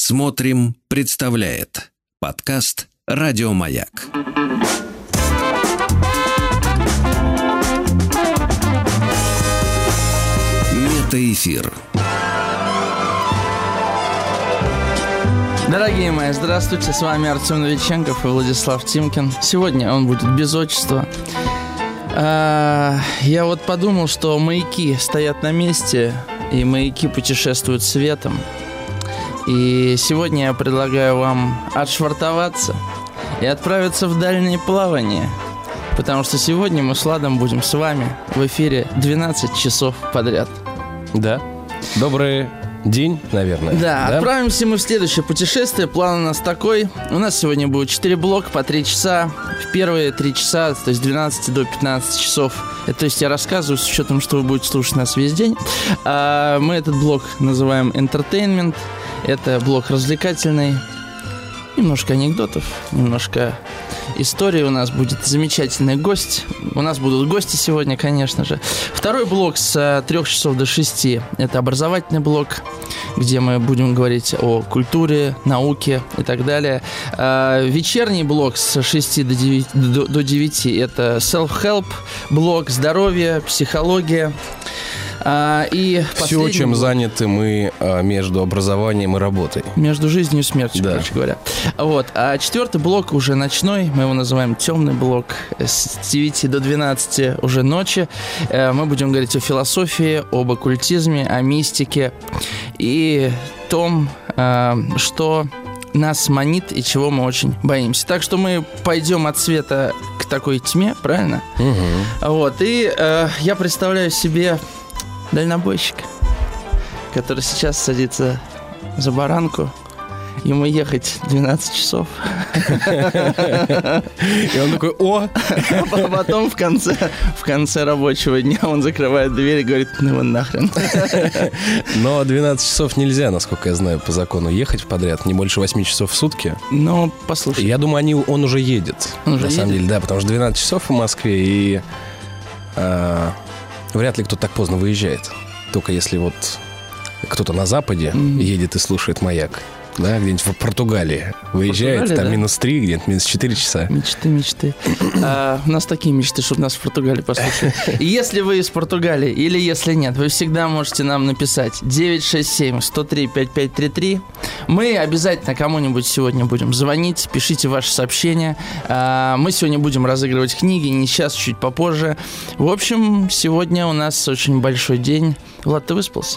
Смотрим, представляет подкаст «Радио Маяк». Метаэфир. Дорогие мои, здравствуйте, с вами Артем Новиченков и Владислав Тимкин. Сегодня он будет без отчества. Я вот подумал, что маяки стоят на месте, и маяки путешествуют светом. И сегодня я предлагаю вам отшвартоваться и отправиться в дальнее плавание, потому что сегодня мы с Владом будем с вами в эфире 12 часов подряд. Да. Добрый день, наверное. Да, отправимся мы в следующее путешествие. План у нас такой. У нас сегодня будет 4 блока по 3 часа. В первые 3 часа, то есть с 12 до 15 часов. Это, то есть я рассказываю с учетом, что вы будете слушать нас весь день. Мы этот блок называем entertainment. Это блок развлекательный. Немножко анекдотов, немножко истории. У нас будет замечательный гость. У нас будут гости сегодня, конечно же. Второй блок с 3 часов до 6. Это образовательный блок, где мы будем говорить о культуре, науке и так далее. Вечерний блок с 6 до 9. Это self-help блок, здоровье, психология. И все, чем заняты мы между образованием и работой. Между жизнью и смертью, да. Короче говоря. Вот. А четвертый блок уже ночной. Мы его называем темный блок. С 9 до 12 уже ночи. Мы будем говорить о философии, об оккультизме, о мистике и том, что нас манит и чего мы очень боимся. Так что мы пойдем от света к такой тьме, правильно? Угу. Вот. И я представляю себе дальнобойщика, который сейчас садится за баранку. Ему ехать 12 часов. И он такой: о! А потом в конце рабочего дня он закрывает дверь и говорит: ну его нахрен. Но 12 часов нельзя, насколько я знаю, по закону ехать подряд. Не больше 8 часов в сутки. Ну, послушай. Я думаю, он уже едет. Самом деле, да, потому что 12 часов в Москве, и вряд ли кто-то так поздно выезжает. Только если вот кто-то на Западе едет и слушает «Маяк». Да, где-нибудь в Португалии выезжает, там да? минус 3, где-нибудь минус 4 часа. Мечты. У нас такие мечты, чтобы нас в Португалии послушали. Если вы из Португалии или если нет, вы всегда можете нам написать 967-103-5533. Мы обязательно кому-нибудь сегодня будем звонить, пишите ваши сообщения. Мы сегодня будем разыгрывать книги, не сейчас, чуть попозже. В общем, сегодня у нас очень большой день. Влад, ты выспался?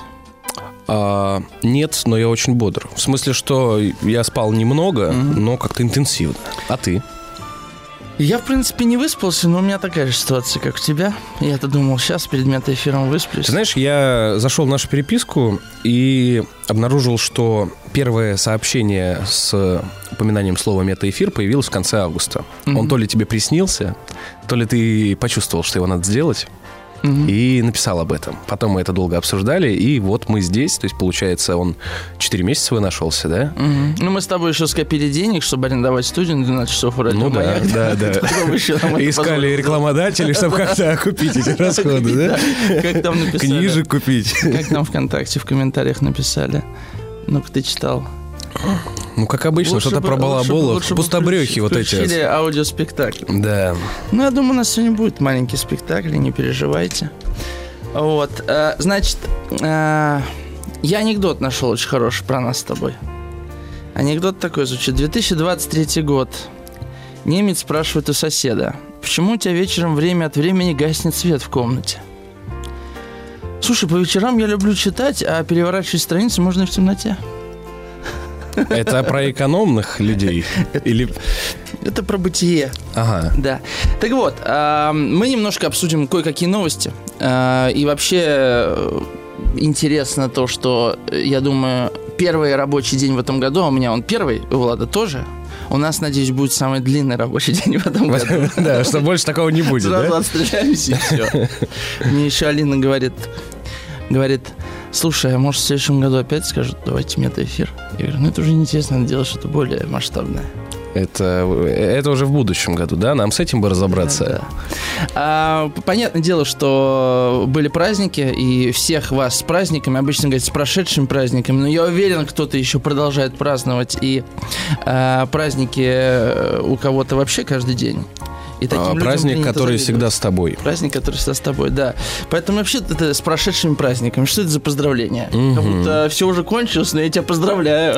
Нет, но я очень бодр. В смысле, что я спал немного, но как-то интенсивно. А ты? Я, в принципе, не выспался, но у меня такая же ситуация, как у тебя. Я-то думал, сейчас перед метаэфиром высплюсь. Ты знаешь, я зашел в нашу переписку и обнаружил, что первое сообщение с упоминанием слова метаэфир появилось в конце августа. Он то ли тебе приснился, то ли ты почувствовал, что его надо сделать. И написал об этом. Потом мы это долго обсуждали, и вот мы здесь. То есть, получается, он 4 месяца нашелся, да? Ну, мы с тобой еще скопили денег, чтобы арендовать студию на 12 часов. Ну да. Искали рекламодателей, чтобы как-то окупить эти расходы, да? Как там написали? Книжек купить. Как там ВКонтакте в комментариях написали. Ну-ка, ты читал. Ну, как обычно, что-то про балаболов. Пустобрехи вот эти. Включили аудиоспектакль. Да. Ну, я думаю, у нас сегодня будет маленький спектакль, не переживайте. Вот. Значит, я анекдот нашел очень хороший про нас с тобой. Анекдот такой звучит. 2023 год. Немец спрашивает у соседа: почему у тебя вечером время от времени гаснет свет в комнате? Слушай, по вечерам я люблю читать, а переворачивать страницы можно и в темноте. Это про экономных людей? Или... Это про бытие. Ага. Да. Так вот, мы немножко обсудим кое-какие новости. И вообще интересно то, что, я думаю, первый рабочий день в этом году, а у меня он первый, у Влада тоже. У нас, надеюсь, будет самый длинный рабочий день в этом году. Да, что больше такого не будет, да? Сразу отстреляемся и все. Мне еще Алина говорит: слушай, а может в следующем году опять скажут, давайте метаэфир? Я говорю, ну это уже неинтересно, надо делать что-то более масштабное. Это уже в будущем году, да? Нам с этим бы разобраться. Да. Понятное дело, что были праздники, и всех вас с праздниками, обычно говорят, с прошедшими праздниками, но я уверен, кто-то еще продолжает праздновать, и праздники у кого-то вообще каждый день. И таким праздник, который всегда с тобой. Праздник, который всегда с тобой, да. Поэтому вообще это с прошедшими праздниками. Что это за поздравления? Как будто все уже кончилось, но я тебя поздравляю.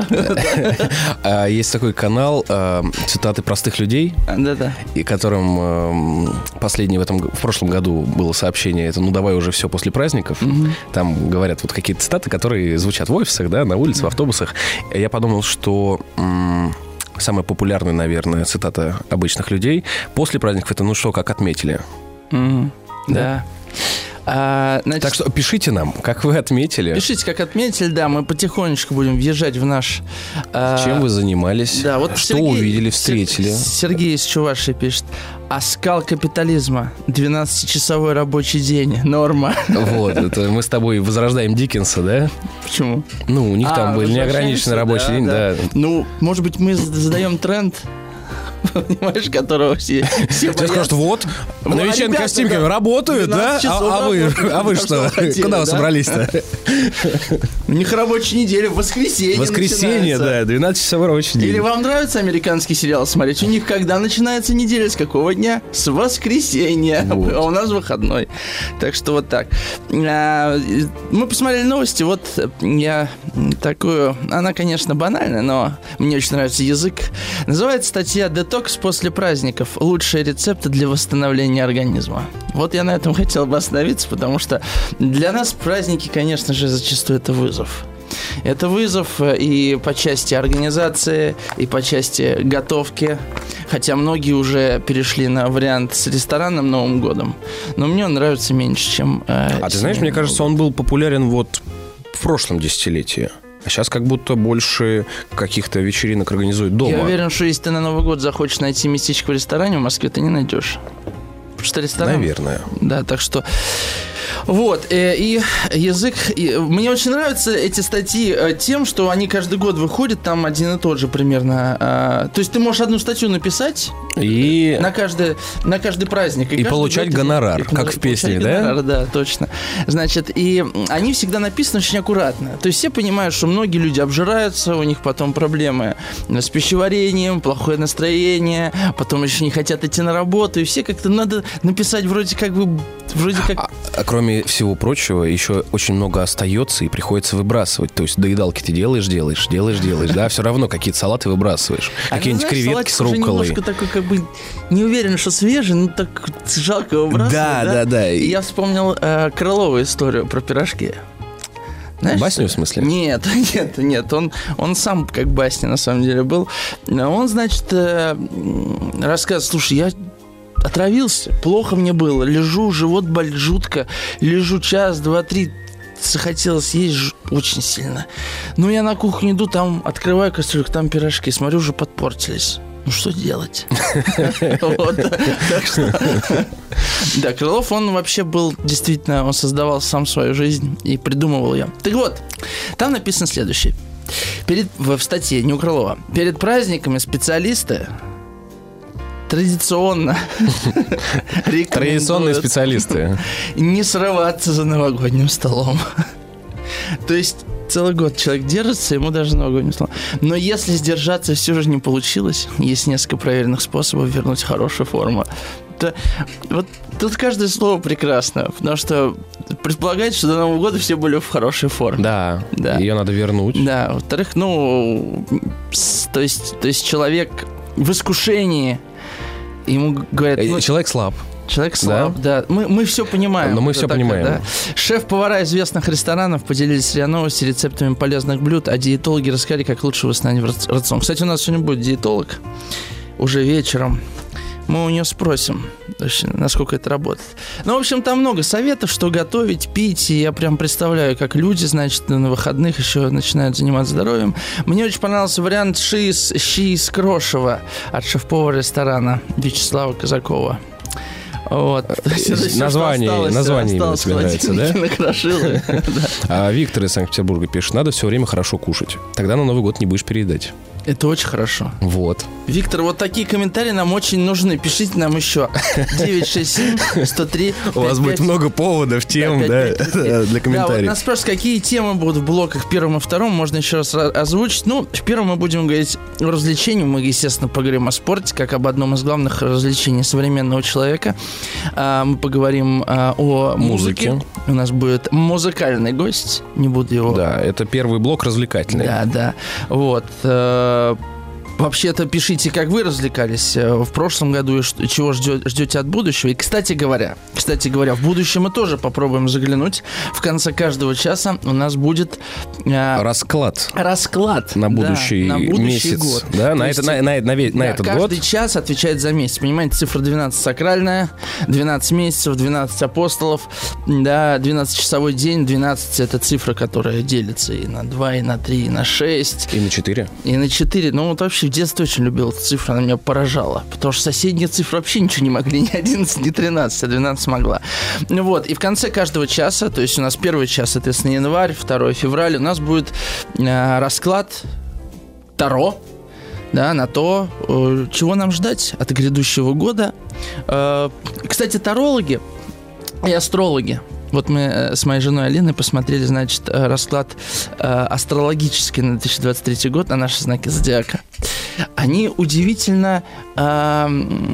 Есть такой канал «Цитаты простых людей», и которым в прошлом году было сообщение, это «Ну давай уже все после праздников». Там говорят вот какие-то цитаты, которые звучат в офисах, да, на улице, в автобусах. Я подумал, что... самая популярная, наверное, цитата обычных людей после праздников — это «ну что, как отметили». Да. Значит, так что пишите нам, как вы отметили. Пишите, как отметили, да, мы потихонечку будем въезжать в наш... Чем вы занимались, да, вот что увидели, встретили. Сергей из Чувашии пишет: «Оскал капитализма, 12-часовой рабочий день, норма». Вот, это мы с тобой возрождаем Диккенса, да? Почему? Ну, у них там был неограниченный рабочий день, да. Ну, может быть, мы задаем тренд, понимаешь, которого все тебе скажут, вот, Новиченко с Тимками работают, да? А вы что? Куда вы собрались-то? У них рабочая неделя в воскресенье. Воскресенье, да, 12-часовой рабочий день. Или вам нравится американский сериал смотреть? У них когда начинается неделя? С какого дня? С воскресенья. Вот. А у нас выходной. Так что вот так. Мы посмотрели новости. Вот я такую... Она, конечно, банальная, но мне очень нравится язык. Называется статья «Детокс после праздников. Лучшие рецепты для восстановления организма». Вот я на этом хотел бы остановиться, потому что для нас праздники, конечно же, зачастую это вызов. Это вызов и по части организации, и по части готовки. Хотя многие уже перешли на вариант с ресторанным Новым годом. Но мне он нравится меньше, чем... ты знаешь, мне кажется, он был популярен вот в прошлом десятилетии. А сейчас как будто больше каких-то вечеринок организуют дома. Я уверен, что если ты на Новый год захочешь найти местечко в ресторане, в Москве ты не найдешь. Потому что ресторан... Наверное. Да, так что... Вот, и язык... Мне очень нравятся эти статьи тем, что они каждый год выходят, там один и тот же примерно. То есть ты можешь одну статью написать и... на каждый праздник. И получать гонорар, как в песне, да? Гонорар, да, точно. Значит, и они всегда написаны очень аккуратно. То есть все понимают, что многие люди обжираются, у них потом проблемы с пищеварением, плохое настроение, потом еще не хотят идти на работу, и все как-то надо написать вроде как... Кроме всего прочего, еще очень много остается и приходится выбрасывать. То есть доедалки ты делаешь, да, все равно какие-то салаты выбрасываешь. Какие-нибудь креветки с рукколой. Немножко такой, как бы, не уверен, что свежий, но так жалко выбрасывать. Да. И я вспомнил Крылову историю про пирожки. Знаешь, басню, в смысле? Нет. Он сам как басня на самом деле был. Он, значит, рассказывает: слушай, я отравился, плохо мне было, лежу, живот болит жутко, лежу час, два, три, захотелось есть очень сильно. Ну, я на кухню иду, там открываю кастрюльку, там пирожки, смотрю, уже подпортились. Ну, что делать? Так что... Да, Крылов, он вообще был, действительно, он создавал сам свою жизнь и придумывал ее. Так вот, там написано следующее. В статье, не у Крылова. Перед праздниками специалисты традиционные специалисты не срываться за новогодним столом. То есть целый год человек держится, ему даже за новогодним столом. Но если сдержаться все же не получилось, есть несколько проверенных способов вернуть хорошую форму. Вот тут каждое слово прекрасно, потому что предполагается, что до Нового года все были в хорошей форме. Да. Ее надо вернуть. Да, во-вторых, то есть человек в искушении, ему говорят... Человек слаб. Человек слаб, да. Мы все понимаем. Но мы все понимаем. Да. Шеф-повара известных ресторанов поделились РИА Новости рецептами полезных блюд, а диетологи рассказали, как лучше восстановить рацион. Кстати, у нас сегодня будет диетолог уже вечером. Мы у нее спросим, насколько это работает. Ну, в общем, там много советов, что готовить, пить. И я прям представляю, как люди, значит, на выходных еще начинают заниматься здоровьем. Мне очень понравился вариант щи из крошева от шеф-повара ресторана Вячеслава Казакова. Вот. Название тебе нравится, да? Накрошило. А Виктор из Санкт-Петербурга пишет: надо все время хорошо кушать. Тогда на Новый год не будешь переедать. Это очень хорошо. Вот. Виктор, вот такие комментарии нам очень нужны. Пишите нам еще. 967-103. У вас будет много поводов, тем, да, для комментариев. Да, вот нас спрашивают, какие темы будут в блоках первом и втором. можно еще раз озвучить. Ну, в первом мы будем говорить о развлечении. Мы, естественно, поговорим о спорте, как об одном из главных развлечений современного человека. Мы поговорим о музыке. У нас будет музыкальный гость. Не буду его... Да, это первый блок развлекательный. Да, да. Вот. Вообще-то пишите, как вы развлекались в прошлом году и чего ждете от будущего. И, кстати говоря, в будущем мы тоже попробуем заглянуть. В конце каждого часа у нас будет расклад на будущий, да, на будущий месяц. год. Да, на этот год. Каждый час отвечает за месяц. Понимаете, цифра 12 сакральная, 12 месяцев, 12 апостолов, да, 12-часовой день, 12 это цифра, которая делится и на 2, и на 3, и на 6. И на 4. И на 4. Ну, вот вообще в детстве очень любил эту цифру, она меня поражала. Потому что соседние цифры вообще ничего не могли, ни 11, ни 13, а 12 могла. Ну вот, и в конце каждого часа, то есть у нас первый час, соответственно, январь, 2 февраля, у нас будет расклад Таро, да, на то, чего нам ждать от грядущего года. Кстати, тарологи и астрологи. Вот мы с моей женой Алиной посмотрели, значит, расклад астрологический на 2023 год на наши знаки зодиака. Они удивительно, как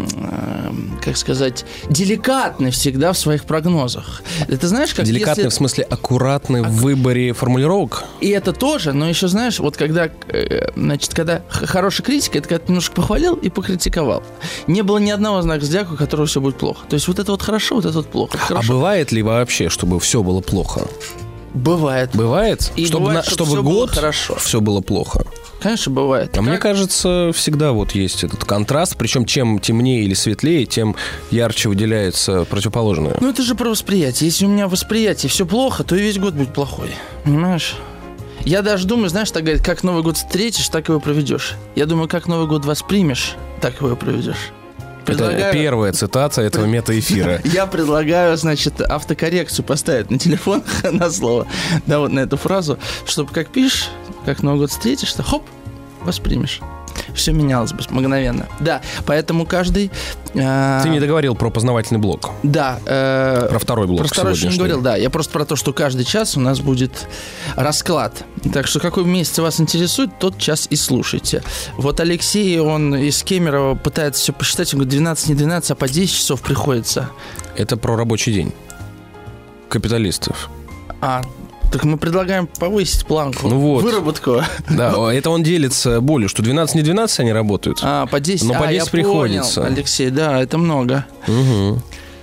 сказать, деликатны всегда в своих прогнозах. Ты знаешь, как деликатны, в смысле аккуратны в выборе формулировок? И это тоже, но еще, знаешь, вот когда, значит, когда хорошая критика, это когда ты немножко похвалил и покритиковал. Не было ни одного знака зодиака, у которого все будет плохо. То есть вот это вот хорошо, вот это вот плохо. А бывает ли вообще, чтобы все было плохо? Бывает. Бывает? И чтобы бывает, чтобы год хорошо. Все было плохо? Конечно, бывает. Мне кажется, всегда вот есть этот контраст. Причем чем темнее или светлее, тем ярче выделяется противоположное. Ну, это же про восприятие. Если у меня в восприятии все плохо, то и весь год будет плохой. Понимаешь? Я даже думаю, знаешь, так говорит, как Новый год встретишь, так его проведешь. Я думаю, как Новый год воспримешь, так его и проведешь. Это первая цитата этого мета-эфира. Я предлагаю, значит, автокоррекцию поставить на телефон на слово, да, вот на эту фразу, чтобы как пишешь, как Новый год встретишь, то хоп, воспримешь. Все менялось бы мгновенно. Да, поэтому каждый... Ты не договорил про познавательный блок. Да. Про второй блок. Про второй еще не говорил, да. Я просто про то, что каждый час у нас будет расклад. Так что какой месяц вас интересует, тот час и слушайте. Вот Алексей, он из Кемерово пытается все посчитать. Он говорит, 12 не 12, а по 10 часов приходится. Это про рабочий день капиталистов. Так мы предлагаем повысить планку, выработку. Да, это он делится болью, что 12 не 12 они работают. По 10. Но по 10 приходится. Понял, Алексей, да, это много. Угу.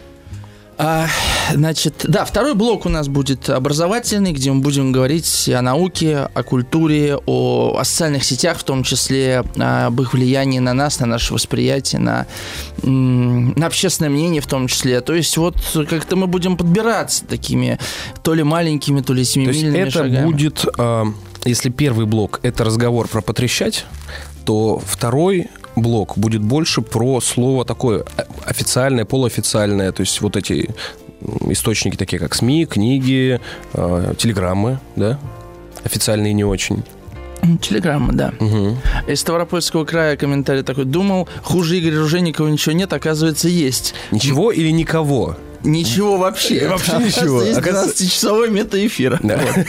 Значит, да, второй блок у нас будет образовательный, где мы будем говорить о науке, о культуре, о социальных сетях, в том числе об их влиянии на нас, на наше восприятие, на общественное мнение в том числе. То есть вот как-то мы будем подбираться такими то ли маленькими, то ли семимильными шагами. Это будет, если первый блок – это разговор про потрещать, то второй блок будет больше про слово такое официальное, полуофициальное, то есть вот эти источники такие, как СМИ, книги, телеграммы, да, официальные не очень. Телеграмма, да. Угу. Из Ставропольского края комментарий такой: думал, хуже Игоря Ружейникова ничего нет, оказывается, есть. Ничего или никого? Ничего вообще. Вообще ничего. Есть 12-часовой мета-эфир.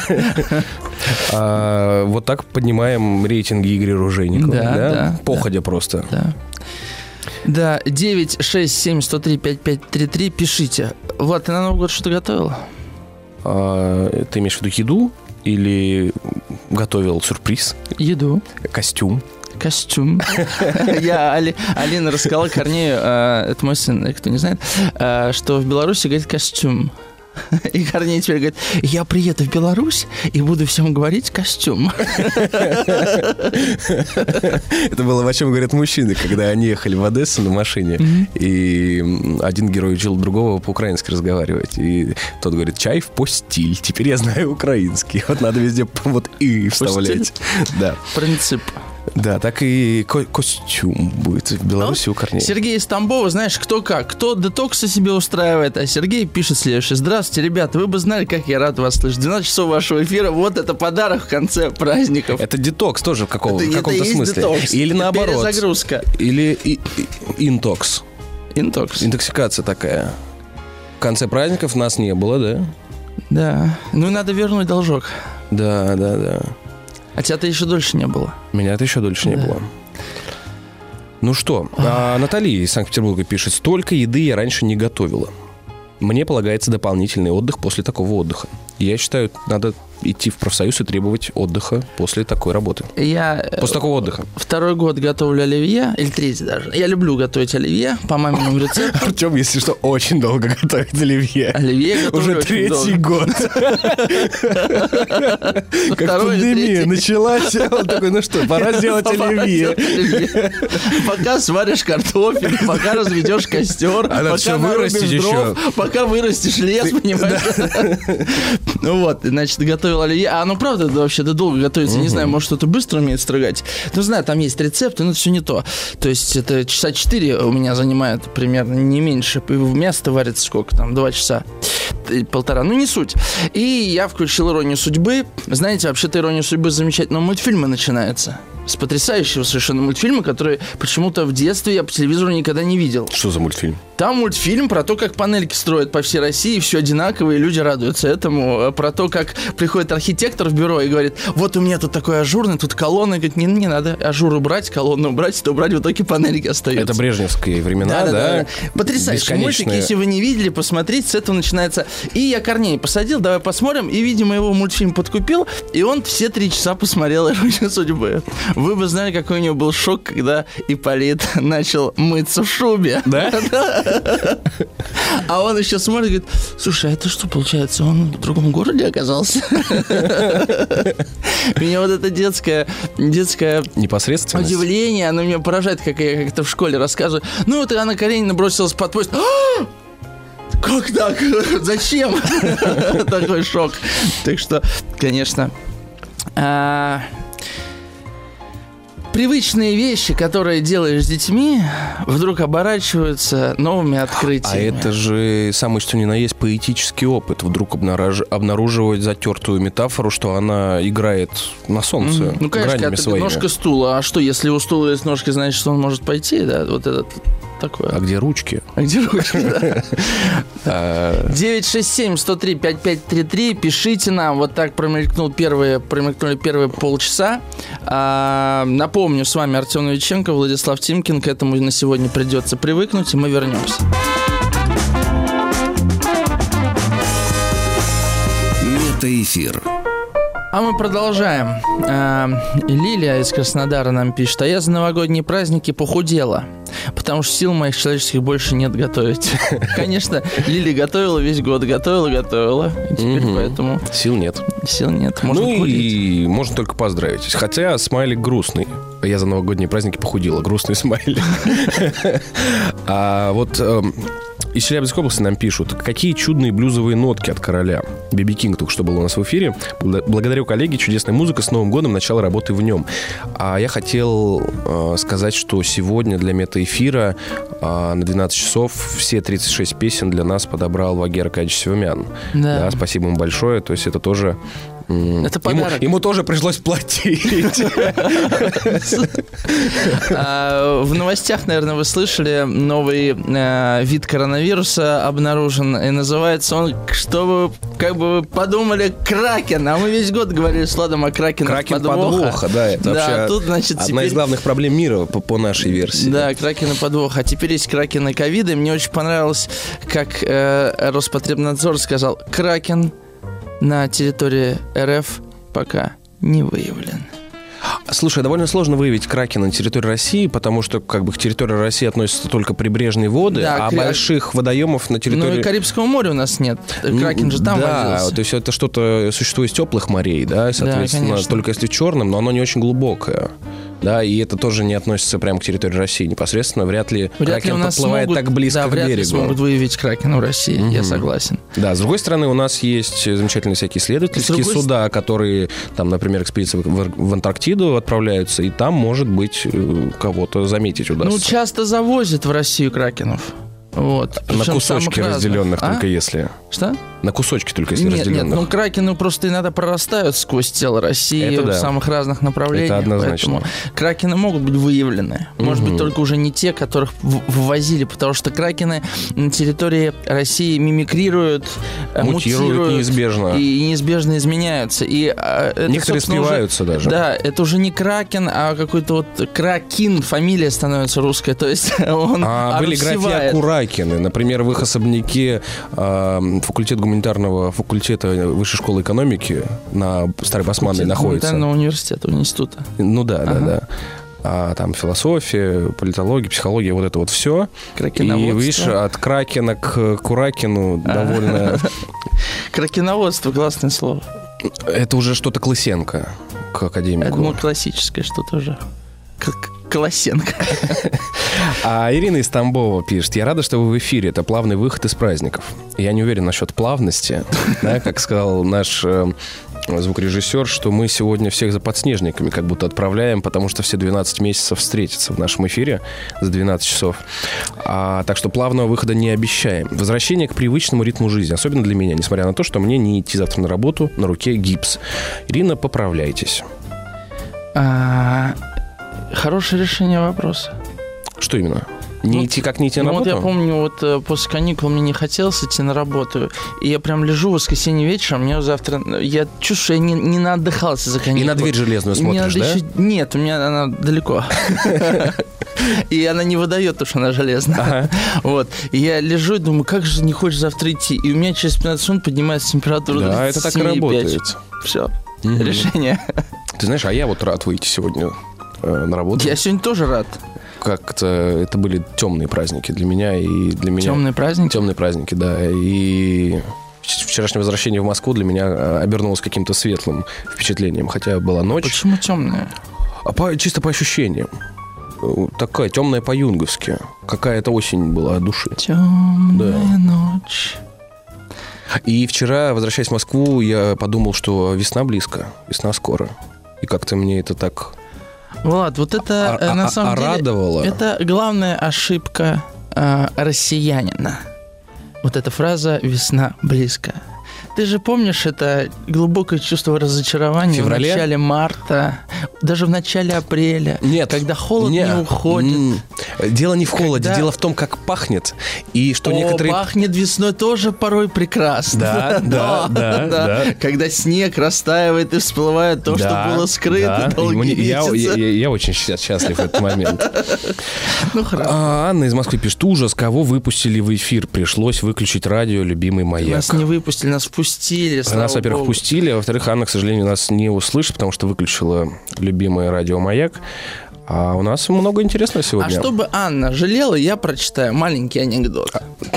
Вот так поднимаем рейтинги Игоря Ружейникова. Да. Походя просто. Да, 967-103-5533, пишите. Влад, ты на Новый год что-то готовил? Ты имеешь в виду еду? Или готовил сюрприз? Еду. Костюм. Я Алина рассказала Корнею, это мой сын, кто не знает, что в Беларуси говорит костюм. И Корней теперь говорит, я приеду в Беларусь и буду всем говорить костюм. Это было, о чем говорят мужчины, когда они ехали в Одессу на машине, и один герой учил другого по-украински разговаривать. И тот говорит, чай в постиль. Теперь я знаю украинский. Вот надо везде вот и вставлять. Да. Принцип. Да, так и костюм будет в Беларуси у Корнея. Сергей из Тамбова, знаешь, кто как. Кто детоксы себе устраивает, а Сергей пишет следующее. Здравствуйте, ребята, вы бы знали, как я рад вас слышать. 12 часов вашего эфира, вот это подарок в конце праздников. Это детокс тоже в каком-то смысле. Детокс. Или наоборот. Перезагрузка. Или интокс. Интокс. Интоксикация такая. В конце праздников нас не было, да? Да. Ну, надо вернуть должок. Да. А тебя-то еще дольше не было. Меня-то еще дольше не было. Ну что, Наталья из Санкт-Петербурга пишет. Столько еды я раньше не готовила. Мне полагается дополнительный отдых после такого отдыха. Я считаю, надо идти в профсоюз и требовать отдыха после такой работы. После такого отдыха. 2-й год готовлю оливье, или 3-й даже. Я люблю готовить оливье по маминому рецепту. Артем, если что, очень долго готовит оливье. Оливье готовлю уже 3-й год. Как пандемия началась, он такой, ну что, пора сделать оливье. Пока сваришь картофель, пока разведешь костер, пока нарубишь дров, пока вырастешь лес, понимаешь? Ну вот, значит, готовил оливье. А оно правда вообще-то долго готовится. Не знаю, может, кто-то быстро умеет строгать. Ну, знаю, там есть рецепты, но это все не то. То есть это часа 4 у меня занимает примерно, не меньше. Мясо варится сколько там, 2 часа. 1,5. Ну, не суть. И я включил «Иронию судьбы». Знаете, вообще-то «Ирония судьбы» замечательного мультфильма начинается. С потрясающего совершенно мультфильма, который почему-то в детстве я по телевизору никогда не видел. Что за мультфильм? Там мультфильм про то, как панельки строят по всей России, все одинаково, и люди радуются этому. Про то, как приходит архитектор в бюро и говорит, вот у меня тут такой ажурный, тут колонны. Говорит, не надо ажур убрать, колонну убрать, то убрать, в итоге панельки остаются. Это брежневские времена, да? Потрясающий мультик, если вы не видели, посмотрите, с этого начинается. И я Корнея посадил, давай посмотрим, и, видимо, его мультфильм подкупил, и он все 3 часа посмотрел «Иронию судьбы». Вы бы знали, какой у него был шок, когда Ипполит начал мыться в шубе. Да? А он еще смотрит и говорит, слушай, а это что получается, он в другом городе оказался? Меня вот это детское непосредственность, удивление, оно меня поражает, как я как-то в школе рассказываю. Ну вот Анна Каренина бросилась под поезд. Как так? Зачем? Такой шок. Так что, конечно... Привычные вещи, которые делаешь с детьми, вдруг оборачиваются новыми открытиями. А это же самый что ни на есть поэтический опыт. Вдруг обнаруживать затертую метафору, что она играет на солнце. Ну, конечно, это ножка стула. А что, если у стула есть ножка, значит, что он может пойти, да? Вот этот такое. А где ручки? Да. 967-103-5533. Пишите нам. Вот так промелькнули первые полчаса. Напомню, с вами Артем Новиченко, Владислав Тимкин. К этому на сегодня придется привыкнуть, и мы вернемся. Метаэфир. А мы продолжаем. Лилия из Краснодара нам пишет. А я за новогодние праздники похудела, потому что сил моих человеческих больше нет готовить. Конечно, Лилия готовила весь год. Готовила. И теперь поэтому... Сил нет. Можно похудеть. И можно только поздравить. Хотя смайлик грустный. Я за новогодние праздники похудела. Грустный смайлик. А вот... Из Челябинской области нам пишут, какие чудные блюзовые нотки от короля. Би-Би Кинг только что был у нас в эфире. Благодарю коллеге, чудесная музыка, с Новым годом, начало работы в нем. А я хотел сказать, что сегодня для метаэфира на 12 часов все 36 песен для нас подобрал Вагер Аркадьевич Севмян. Да, спасибо ему большое. То есть это тоже... Это подарок. Ему тоже пришлось платить. В новостях, наверное, вы слышали, новый вид коронавируса обнаружен. И называется он, что вы как бы вы подумали, кракен. А мы весь год говорили с Владом о кракенах подвоха. Да, это вообще тут, значит, одна из главных проблем мира по нашей версии. Да, кракены подвоха. А теперь есть кракены ковида. И мне очень понравилось, как Роспотребнадзор сказал, кракен на территории РФ пока не выявлен. Слушай, довольно сложно выявить кракена на территории России, потому что как бы к территории России относятся только прибрежные воды, больших водоемов на территории... Ну и Карибского моря у нас нет. Кракен же там водился. Да, то есть это что-то существует из теплых морей, да, соответственно, только если в Черном, но оно не очень глубокое. Да, и это тоже не относится прямо к территории России непосредственно. Вряд ли кракен подплывает так близко к берегу. Вряд ли смогут выявить кракена в России, я согласен. Да, с другой стороны, у нас есть замечательные всякие исследовательские суда, которые, там, например, экспедиции в Антарктиду отправляются, и там, может быть, кого-то заметить удастся. Ну, часто завозят в Россию кракенов. Вот. На кусочки разделенных, только если. Что? На кусочки только если разделенных. Нет, ну кракены просто иногда прорастают сквозь тело России в самых разных направлениях. Это однозначно. Поэтому кракены могут быть выявлены. Может быть, только уже не те, которых вывозили, потому что кракены на территории России мимикрируют, мутируют неизбежно. И неизбежно изменяются. И это, некоторые спиваются уже, даже. Да, это уже не кракен, а какой-то вот кракин, фамилия становится русская. То есть он были графья Куракины. Например, в их особняке гуманитарного факультета Высшей школы экономики на Старой Басманной находится. Гуманитарного университета, института. Ну да. А там философия, политология, психология, вот это вот все. И видишь, от кракена к Куракину довольно... Кракеноводство, классное слово. Это уже что-то к Лысенко, к академику. Я думал, классическое что-то уже. Колосенко. А Ирина из Тамбова пишет: я рада, что вы в эфире. Это плавный выход из праздников. Я не уверен насчет плавности. Да, как сказал наш звукорежиссер, что мы сегодня всех за подснежниками как будто отправляем, потому что все 12 месяцев встретятся в нашем эфире за 12 часов. Так что плавного выхода не обещаем. Возвращение к привычному ритму жизни. Особенно для меня, несмотря на то, что мне не идти завтра на работу, на руке гипс. Ирина, поправляйтесь. Хорошее решение вопроса. Что именно? Не идти на работу? Вот я помню, после каникул мне не хотелось идти на работу. И я прям лежу в воскресенье вечером, мне завтра... Я чувствую, что я не наотдыхался за каникулы. И на дверь железную смотришь, да? Нет, у меня она далеко. И она не выдает, потому что она железная. Вот. И я лежу и думаю, как же не хочешь завтра идти? И у меня через 15 минут поднимается температура. Да, это так и работает. Все. Решение. Ты знаешь, а я вот рад выйти сегодня на работу. Я сегодня тоже рад. Как-то это были темные праздники для меня и для меня. Темные праздники? Темные праздники, да. И вчерашнее возвращение в Москву для меня обернулось каким-то светлым впечатлением, хотя была ночь. Почему темные? Чисто по ощущениям. Такая темная по-юнговски. Какая-то осень была от души. Темная ночь. И вчера, возвращаясь в Москву, я подумал, что весна близко, весна скоро. И как-то мне это так... Влад, вот это на самом деле... радовало. Это главная ошибка россиянина. Вот эта фраза «весна близко». Ты же помнишь это глубокое чувство разочарования в начале марта, даже в начале апреля, когда холод не уходит. Дело не в холоде, дело в том, как пахнет. И что некоторые... пахнет весной тоже порой прекрасно. Да. Когда снег растаивает и всплывает то, что было скрыто долгие месяцы. Я очень счастлив в этот момент. Ну, хорошо. Анна из Москвы пишет: ужас, кого выпустили в эфир? Пришлось выключить радио «Любимый маяк». Нас не выпустили, нас пустили. Нас, во-первых, пустили, а во-вторых, Анна, к сожалению, нас не услышит, потому что выключила любимое радио «Маяк». А у нас много интересного сегодня. А чтобы Анна жалела, я прочитаю маленький анекдот.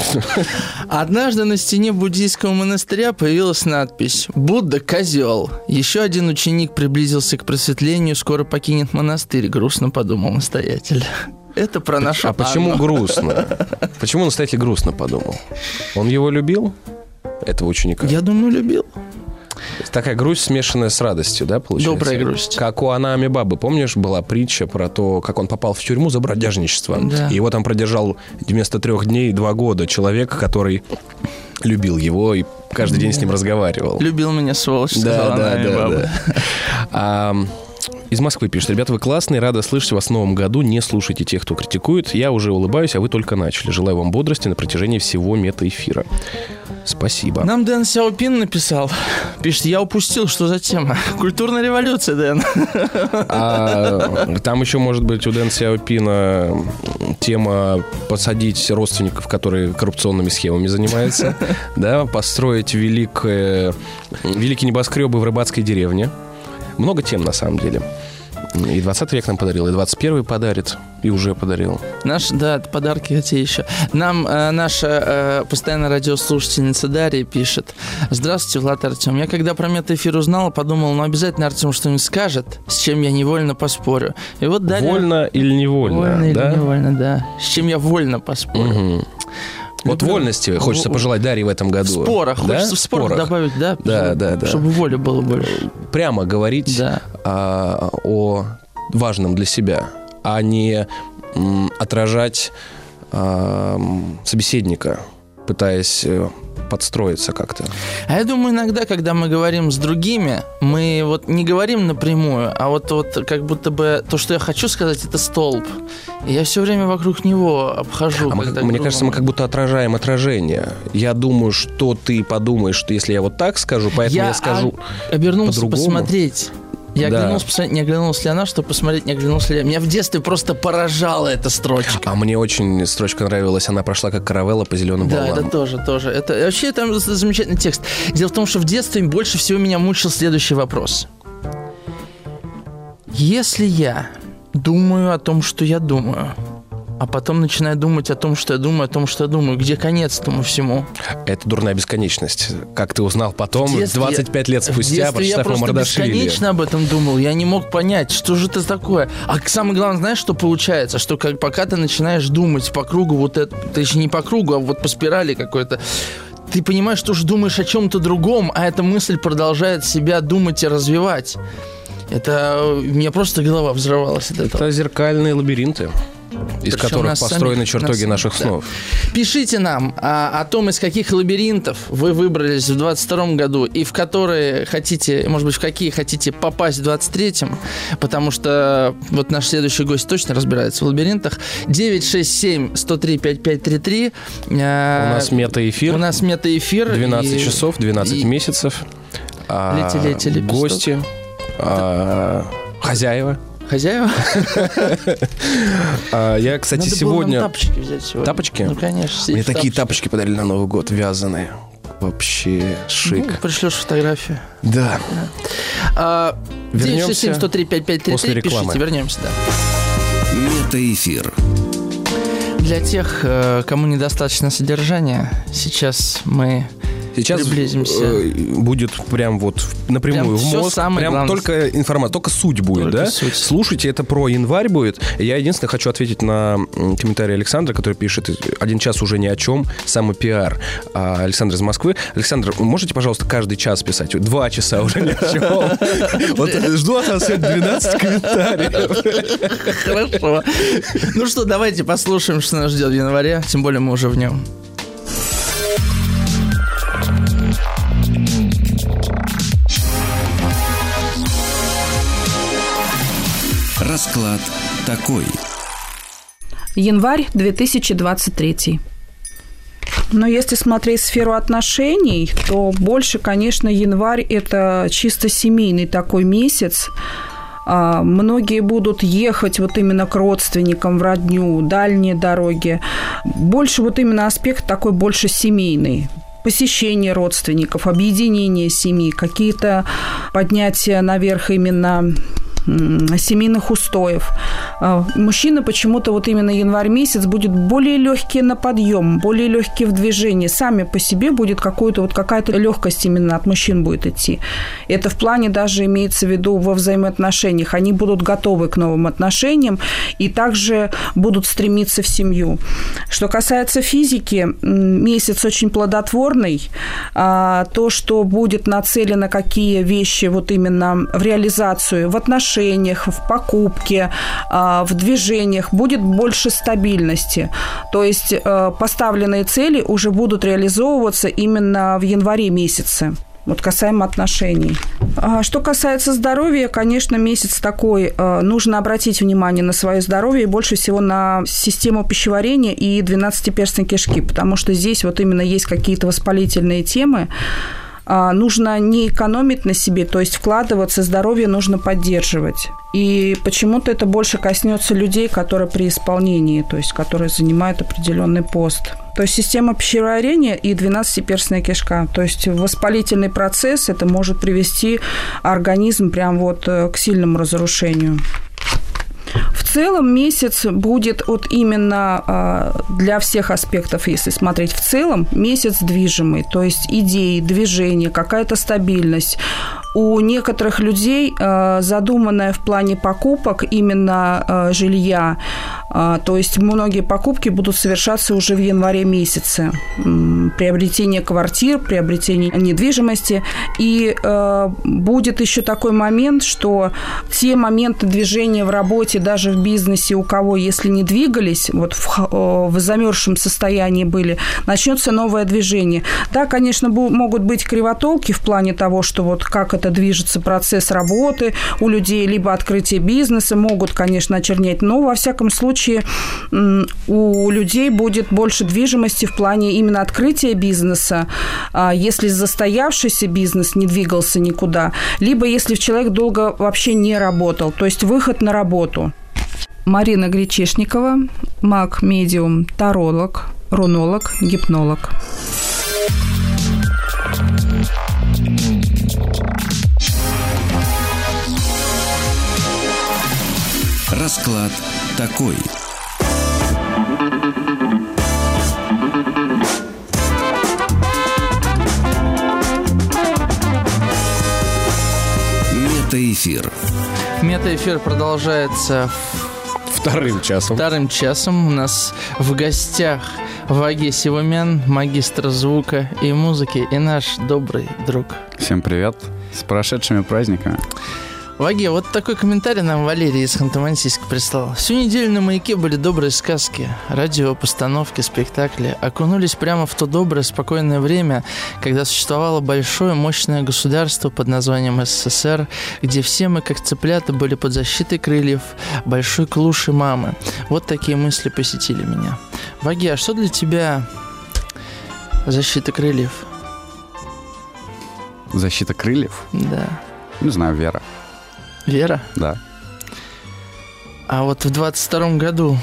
Однажды на стене буддийского монастыря появилась надпись: «Будда – козел». Еще один ученик приблизился к просветлению, скоро покинет монастырь, грустно подумал настоятель. Это про нашу Анну. Почему грустно? Почему настоятель грустно подумал? Он его любил, этого ученика? Я думаю, любил. Такая грусть, смешанная с радостью, да, получается? Добрая грусть. Как у Анны Амибабы. Помнишь, была притча про то, как он попал в тюрьму за бродяжничество? Да. И его там продержал вместо 3 дней 2 года человек, который любил его и каждый день с ним разговаривал. Любил меня, сволочь, сказала Анна Амибаба. Из Москвы пишет: ребята, вы классные, рада слышать вас в новом году. Не слушайте тех, кто критикует. Я уже улыбаюсь, а вы только начали. Желаю вам бодрости на протяжении всего мета-эфира. Спасибо. Нам Дэн Сяопин написал. Пишет: я упустил, что за тема. Культурная революция, Дэн. Там еще, может быть, у Дэн Сяопина тема посадить родственников, которые коррупционными схемами занимаются. Да, построить великие небоскребы в рыбацкой деревне. Много тем, на самом деле. И 20 век нам подарил, и 21 подарит, и уже подарил. Подарки эти еще. Нам наша постоянная радиослушательница Дарья пишет. Здравствуйте, Влад, Артем. Я когда про метаэфир узнала, подумала, обязательно Артем что-нибудь скажет, с чем я невольно поспорю. И вот Дарья... Вольно или невольно? Вольно или невольно, да. С чем я вольно поспорю. Угу. Вот вольности хочется пожелать Дарье в этом году. В спорах. Да? Хочется в спорах добавить, да? Да. Чтобы воли было больше. Прямо говорить о важном для себя, а не отражать собеседника, пытаясь подстроиться как-то. А я думаю, иногда, когда мы говорим с другими, мы вот не говорим напрямую, а вот как будто бы то, что я хочу сказать, это столб. И я все время вокруг него обхожу. Мне кажется, мы как будто отражаем отражение. Я думаю, что ты подумаешь, что если я вот так скажу, поэтому я скажу обернулся по-другому. Посмотреть. Я оглянулся, посмотреть, не оглянулась ли она, чтобы посмотреть, не оглянулась ли я. Меня в детстве просто поражала эта строчка. А мне очень строчка нравилась. Она прошла как каравелла по зеленым волнам. Да, это тоже. Это вообще там замечательный текст. Дело в том, что в детстве больше всего меня мучил следующий вопрос. Если я думаю о том, что я думаю, а потом начинаю думать о том, что я думаю, где конец этому всему? Это дурная бесконечность. Как ты узнал потом, 25 лет спустя, прочитав о Мардашвили. Я просто бесконечно об этом думал. Я не мог понять, что же это такое. А самое главное, знаешь, что получается? Что пока ты начинаешь думать по кругу, вот это, ты еще не по кругу, а вот по спирали какой-то, ты понимаешь, что уже думаешь о чем-то другом, а эта мысль продолжает себя думать и развивать. У меня просто голова взрывалась от этого. Это зеркальные лабиринты, из которых построены чертоги наших снов. Пишите нам о том, из каких лабиринтов вы выбрались в 22-м году и в которые хотите, может быть, в какие хотите попасть в 23-м, потому что вот наш следующий гость точно разбирается в лабиринтах. 967-103-5533. У нас метаэфир. 12 часов, 12 месяцев. Лети, гости. Хозяева. Я, кстати, Надо сегодня... было нам тапочки взять сегодня. Тапочки? Ну, конечно. Мне такие тапочки подарили на Новый год, вязаные. Вообще шик. Пришлешь фотографию. Да. 967-103-5533. После рекламы. Пишите, вернемся, да. Метаэфир. Для тех, кому недостаточно содержания, сейчас мы... приблизимся. Будет прям вот напрямую прям в мозг. Прям главное. только информация, только суть будет, только да? Суть. Слушайте, это про январь будет. Я единственное хочу ответить на комментарий Александра, который пишет: 1 час уже ни о чем, самый пиар. Александр из Москвы. Александр, можете, пожалуйста, каждый час писать? 2 часа уже ни о чем. Вот жду от вас сегодня 12 комментариев. Хорошо. Ну что, давайте послушаем, что нас ждет в январе. Тем более мы уже в нем. Расклад такой. Январь 2023. Но если смотреть сферу отношений, то больше, конечно, январь – это чисто семейный такой месяц. Многие будут ехать вот именно к родственникам, в родню, дальние дороги. Больше вот именно аспект такой больше семейный. Посещение родственников, объединение семьи, какие-то поднятия наверх именно семейных устоев. Мужчины почему-то вот именно январь месяц будет более легкий на подъем, более легкий в движении. Сами по себе будет какая-то легкость именно от мужчин будет идти. Это в плане даже имеется в виду во взаимоотношениях. Они будут готовы к новым отношениям и также будут стремиться в семью. Что касается физики, месяц очень плодотворный. То, что будет нацелено, какие вещи вот именно в реализацию, в отношениях, в покупке, в движениях, будет больше стабильности. То есть поставленные цели уже будут реализовываться именно в январе месяце. Вот касаемо отношений. Что касается здоровья, конечно, месяц такой. Нужно обратить внимание на свое здоровье и больше всего на систему пищеварения и 12-перстной кишки, потому что здесь вот именно есть какие-то воспалительные темы. нужно не экономить на себе, то есть вкладываться, здоровье нужно поддерживать. И почему-то это больше коснется людей, которые при исполнении, то есть которые занимают определенный пост. То есть система пищеварения и 12-перстная кишка. То есть воспалительный процесс, это может привести организм прям вот к сильному разрушению. В целом месяц будет вот именно для всех аспектов, если смотреть в целом, месяц движимый, то есть идеи, движение, какая-то стабильность. У некоторых людей задуманная в плане покупок именно жилья, то есть многие покупки будут совершаться уже в январе месяце. Приобретение квартир, приобретение недвижимости. И будет еще такой момент, что те моменты движения в работе, даже в бизнесе, у кого, если не двигались, вот в замерзшем состоянии были, начнется новое движение. Да, конечно, могут быть кривотолки в плане того, что вот как это движется процесс работы у людей, либо открытие бизнеса, могут, конечно, очернять, но, во всяком случае, у людей будет больше движимости в плане именно открытия бизнеса, если застоявшийся бизнес не двигался никуда, либо если человек долго вообще не работал, то есть выход на работу. Марина Гречишникова, маг, медиум, таролог, рунолог, гипнолог. Расклад такой. Метаэфир. Метаэфир продолжается Вторым часом. У нас в гостях Ваги Сивумян, магистр звука и музыки, и наш добрый друг. Всем привет. С прошедшими праздниками. Ваги, вот такой комментарий нам Валерий из Ханты-Мансийска прислал. Всю неделю на «Маяке» были добрые сказки, радиопостановки, спектакли. Окунулись прямо в то доброе, спокойное время, когда существовало большое, мощное государство под названием СССР, где все мы, как цыплята, были под защитой крыльев большой клуши мамы. Вот такие мысли посетили меня. Ваги, а что для тебя защита крыльев? Защита крыльев? Да. Не знаю, вера. Вера? Да. А вот в 22-м году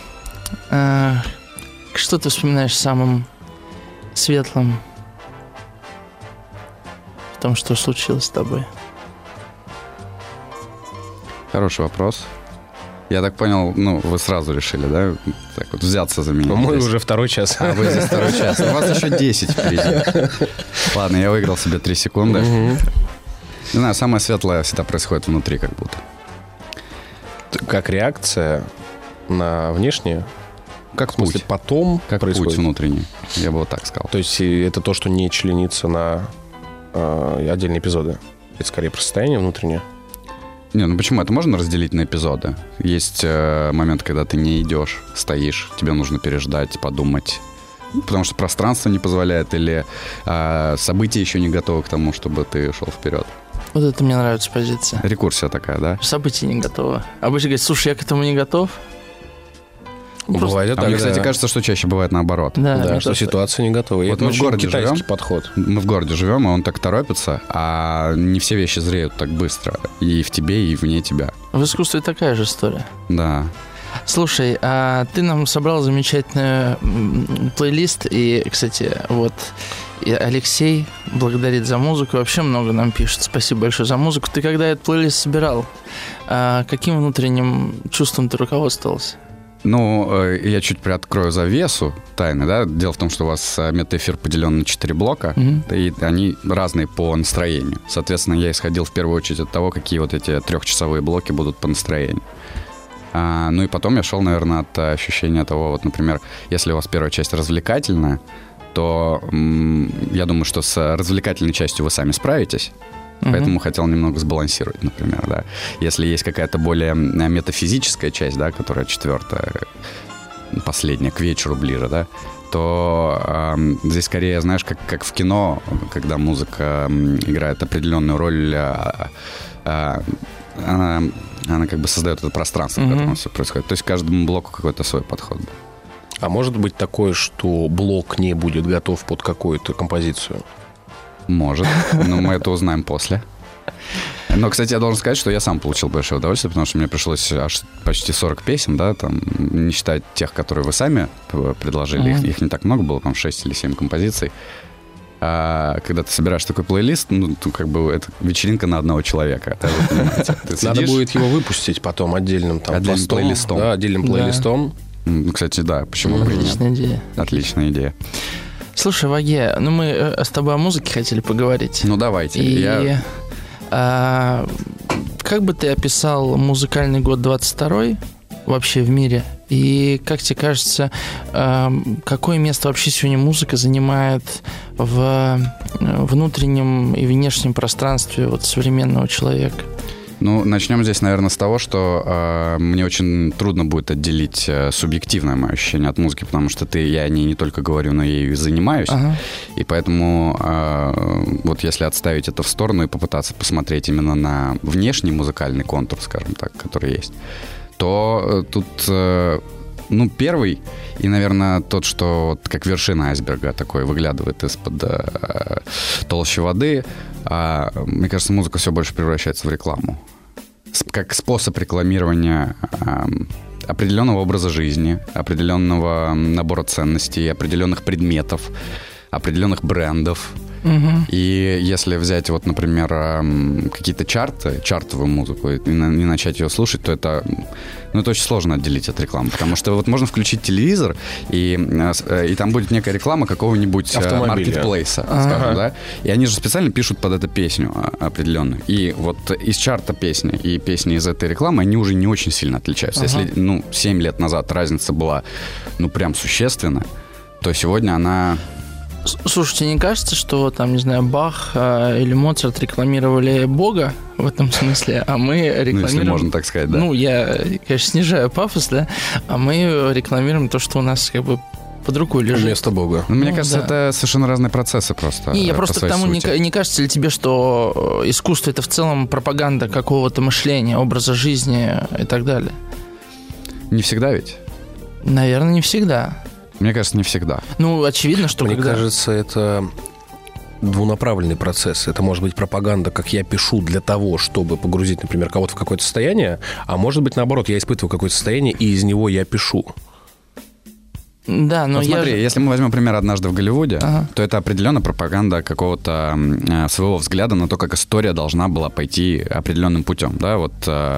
что ты вспоминаешь самым светлым в том, что случилось с тобой? Хороший вопрос. Я так понял, вы сразу решили, да, так вот взяться за меня? Мы уже второй час. А вы здесь второй час. У вас еще 10 впереди. Ладно, я выиграл себе 3 секунды. Не знаю, самое светлое всегда происходит внутри как будто. Как реакция на внешнее? Как в смысле, путь. потом как происходит? Путь внутренний, я бы вот так сказал. То есть это то, что не членится на отдельные эпизоды? Это скорее про состояние внутреннее? Не, почему? Это можно разделить на эпизоды. Есть момент, когда ты не идешь, стоишь, тебе нужно переждать, подумать. Потому что пространство не позволяет, или события еще не готовы к тому, чтобы ты шел вперед. Вот это мне нравится позиция. Рекурсия такая, да? События не готовы. Обычно говорят, слушай, я к этому не готов. Бывает, мне, кстати, кажется, что чаще бывает наоборот. Да, что ситуация не готова. Вот это мы в городе китайский живем, подход. Мы в городе живем, и он так торопится, а не все вещи зреют так быстро. И в тебе, и вне тебя. В искусстве такая же история. Да. Слушай, а ты нам собрал замечательный плейлист. И, кстати, вот и Алексей благодарит за музыку. Вообще много нам пишет. Спасибо большое за музыку. Ты когда этот плейлист собирал, каким внутренним чувством ты руководствовался? Я чуть приоткрою завесу тайны, да. Дело в том, что у вас метаэфир поделен на 4 блока, и они разные по настроению. Соответственно, я исходил в первую очередь от того, какие вот эти 3-часовые блоки будут по настроению. И потом я шел, наверное, от ощущения того, вот, например, если у вас первая часть развлекательная, то я думаю, что с развлекательной частью вы сами справитесь. Поэтому хотел немного сбалансировать, например, да. Если есть какая-то более метафизическая часть, да, которая 4-я, последняя, к вечеру ближе, да, то здесь скорее, знаешь, как в кино, когда музыка играет определенную роль, она как бы создает это пространство, в котором все происходит. То есть каждому блоку какой-то свой подход был. А может быть такое, что блок не будет готов под какую-то композицию? Может, но мы это узнаем после. Но, кстати, я должен сказать, что я сам получил большое удовольствие, потому что мне пришлось аж почти 40 песен, да, там, не считая тех, которые вы сами предложили, их не так много было, там 6 или 7 композиций. А когда ты собираешь такой плейлист, ну, как бы это вечеринка на одного человека. Надо будет его выпустить потом отдельным плейлистом. Да, отдельным плейлистом. Кстати, да, почему бы и нет? Отличная идея. Отличная идея. Слушай, Ваге, ну мы с тобой о музыке хотели поговорить. Ну, давайте. Как бы ты описал музыкальный год 22-й вообще в мире? И как тебе кажется, какое место вообще сегодня музыка занимает в внутреннем и внешнем пространстве вот современного человека? Ну, начнем здесь, наверное, с того, что мне очень трудно будет отделить субъективное мое ощущение от музыки, потому что я о ней не только говорю, но и ею занимаюсь. Ага. И поэтому вот если отставить это в сторону и попытаться посмотреть именно на внешний музыкальный контур, скажем так, который есть, то тут, ну, первый и, наверное, тот, что вот как вершина айсберга такой выглядывает из-под толщи воды, мне кажется, музыка все больше превращается в рекламу. Как способ рекламирования определенного образа жизни, определенного набора ценностей, определенных предметов, определенных брендов. Угу. И если взять, вот, например, какие-то чартовую музыку и начать ее слушать, то это очень сложно отделить от рекламы. Потому что вот можно включить телевизор, и там будет некая реклама какого-нибудь маркетплейса, скажем, да? И они же специально пишут под эту песню определенную. И вот из чарта песни и песни из этой рекламы, они уже не очень сильно отличаются. Ага. Если, 7 лет назад разница была, прям существенная, то сегодня она... Слушай, тебе не кажется, что там, не знаю, Бах или Моцарт рекламировали Бога в этом смысле, а мы рекламируем... если можно так сказать, да. Я, конечно, снижаю пафос, да, а мы рекламируем то, что у нас как бы под рукой лежит. Вместо Бога. Мне кажется, это совершенно разные процессы просто. Я просто к тому, не кажется ли тебе, что искусство — это в целом пропаганда какого-то мышления, образа жизни и так далее? Не всегда ведь? Наверное, не всегда. Мне кажется, не всегда. Очевидно, что... Мне кажется, это двунаправленный процесс. Это может быть пропаганда, как я пишу для того, чтобы погрузить, например, кого-то в какое-то состояние, а может быть, наоборот, я испытываю какое-то состояние, и из него я пишу. Да, но смотри, если мы возьмем пример «Однажды в Голливуде», то это определенно пропаганда какого-то своего взгляда на то, как история должна была пойти определенным путем. Да, вот...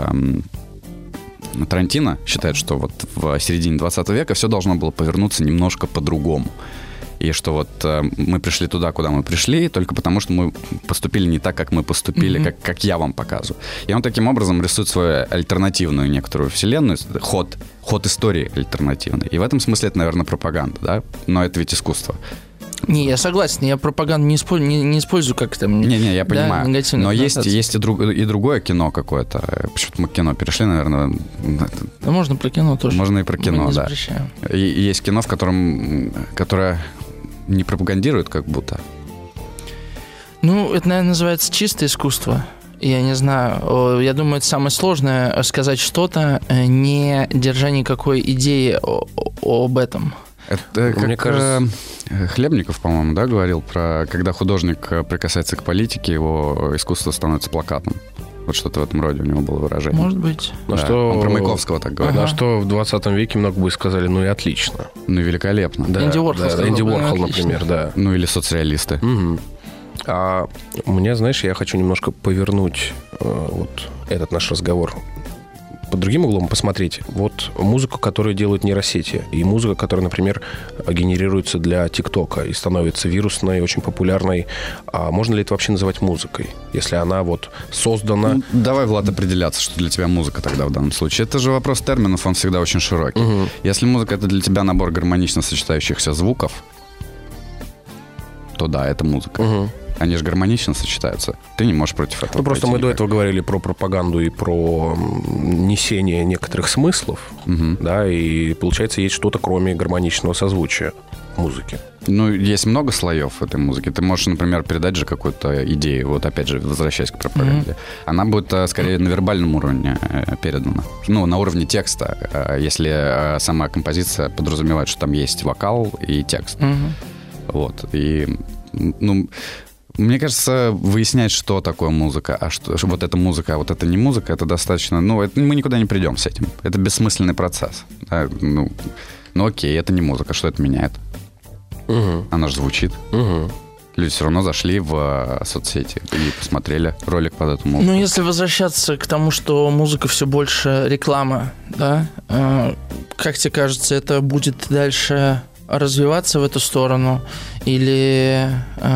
Тарантино считает, что вот в середине 20 века все должно было повернуться немножко по-другому. И что вот мы пришли туда, куда мы пришли, только потому, что мы поступили не так, как мы поступили, как я вам показываю. И он таким образом рисует свою альтернативную некоторую вселенную, ход истории альтернативный. И в этом смысле это, наверное, пропаганда, да? Но это ведь искусство. Не, я согласен, я пропаганду не использую как там... Не, я понимаю. Но есть и другое кино какое-то. Почему-то мы к кино перешли, наверное. Да можно про кино тоже. Можно и про кино, да. И есть кино, которое не пропагандирует как будто. Это, наверное, называется чистое искусство. Я не знаю. Я думаю, это самое сложное — сказать что-то, не держа никакой идеи об этом. Это как, мне кажется, Хлебников, по-моему, да, говорил про, когда художник прикасается к политике, его искусство становится плакатом. Вот что-то в этом роде у него было выражение. Может быть. Да, он про Маяковского так говорил. На что в 20 веке много бы сказали, и отлично. И великолепно. Да, Энди Уорхол, Энди Уорхол, например, да. Или социалисты. Угу. А мне, знаешь, я хочу немножко повернуть вот этот наш разговор под другим углом, посмотреть вот музыку, которую делают нейросети, и музыка, которая, например, генерируется для ТикТока и становится вирусной, очень популярной. А можно ли это вообще называть музыкой, если она вот создана... Давай, Влад, определяться, что для тебя музыка тогда в данном случае. Это же вопрос терминов, он всегда очень широкий. Угу. Если музыка — это для тебя набор гармонично сочетающихся звуков, то да, это музыка. Угу. Они же гармонично сочетаются. Ты не можешь против этого. Просто мы до этого говорили про пропаганду и про несение некоторых смыслов, да, и получается есть что-то, кроме гармоничного созвучия музыки. Есть много слоев этой музыки. Ты можешь, например, передать же какую-то идею, вот опять же, возвращаясь к пропаганде. Она будет скорее на вербальном уровне передана. На уровне текста, если сама композиция подразумевает, что там есть вокал и текст. Вот. И, Мне кажется, выяснять, что такое музыка, а что вот эта музыка, а вот это не музыка, это достаточно... мы никуда не придем с этим. Это бессмысленный процесс. Да? Окей, это не музыка, что это меняет? Угу. Она же звучит. Угу. Люди все равно зашли в соцсети и посмотрели ролик под эту музыку. Если возвращаться к тому, что музыка все больше реклама, да, как тебе кажется, это будет дальше развиваться в эту сторону? Или...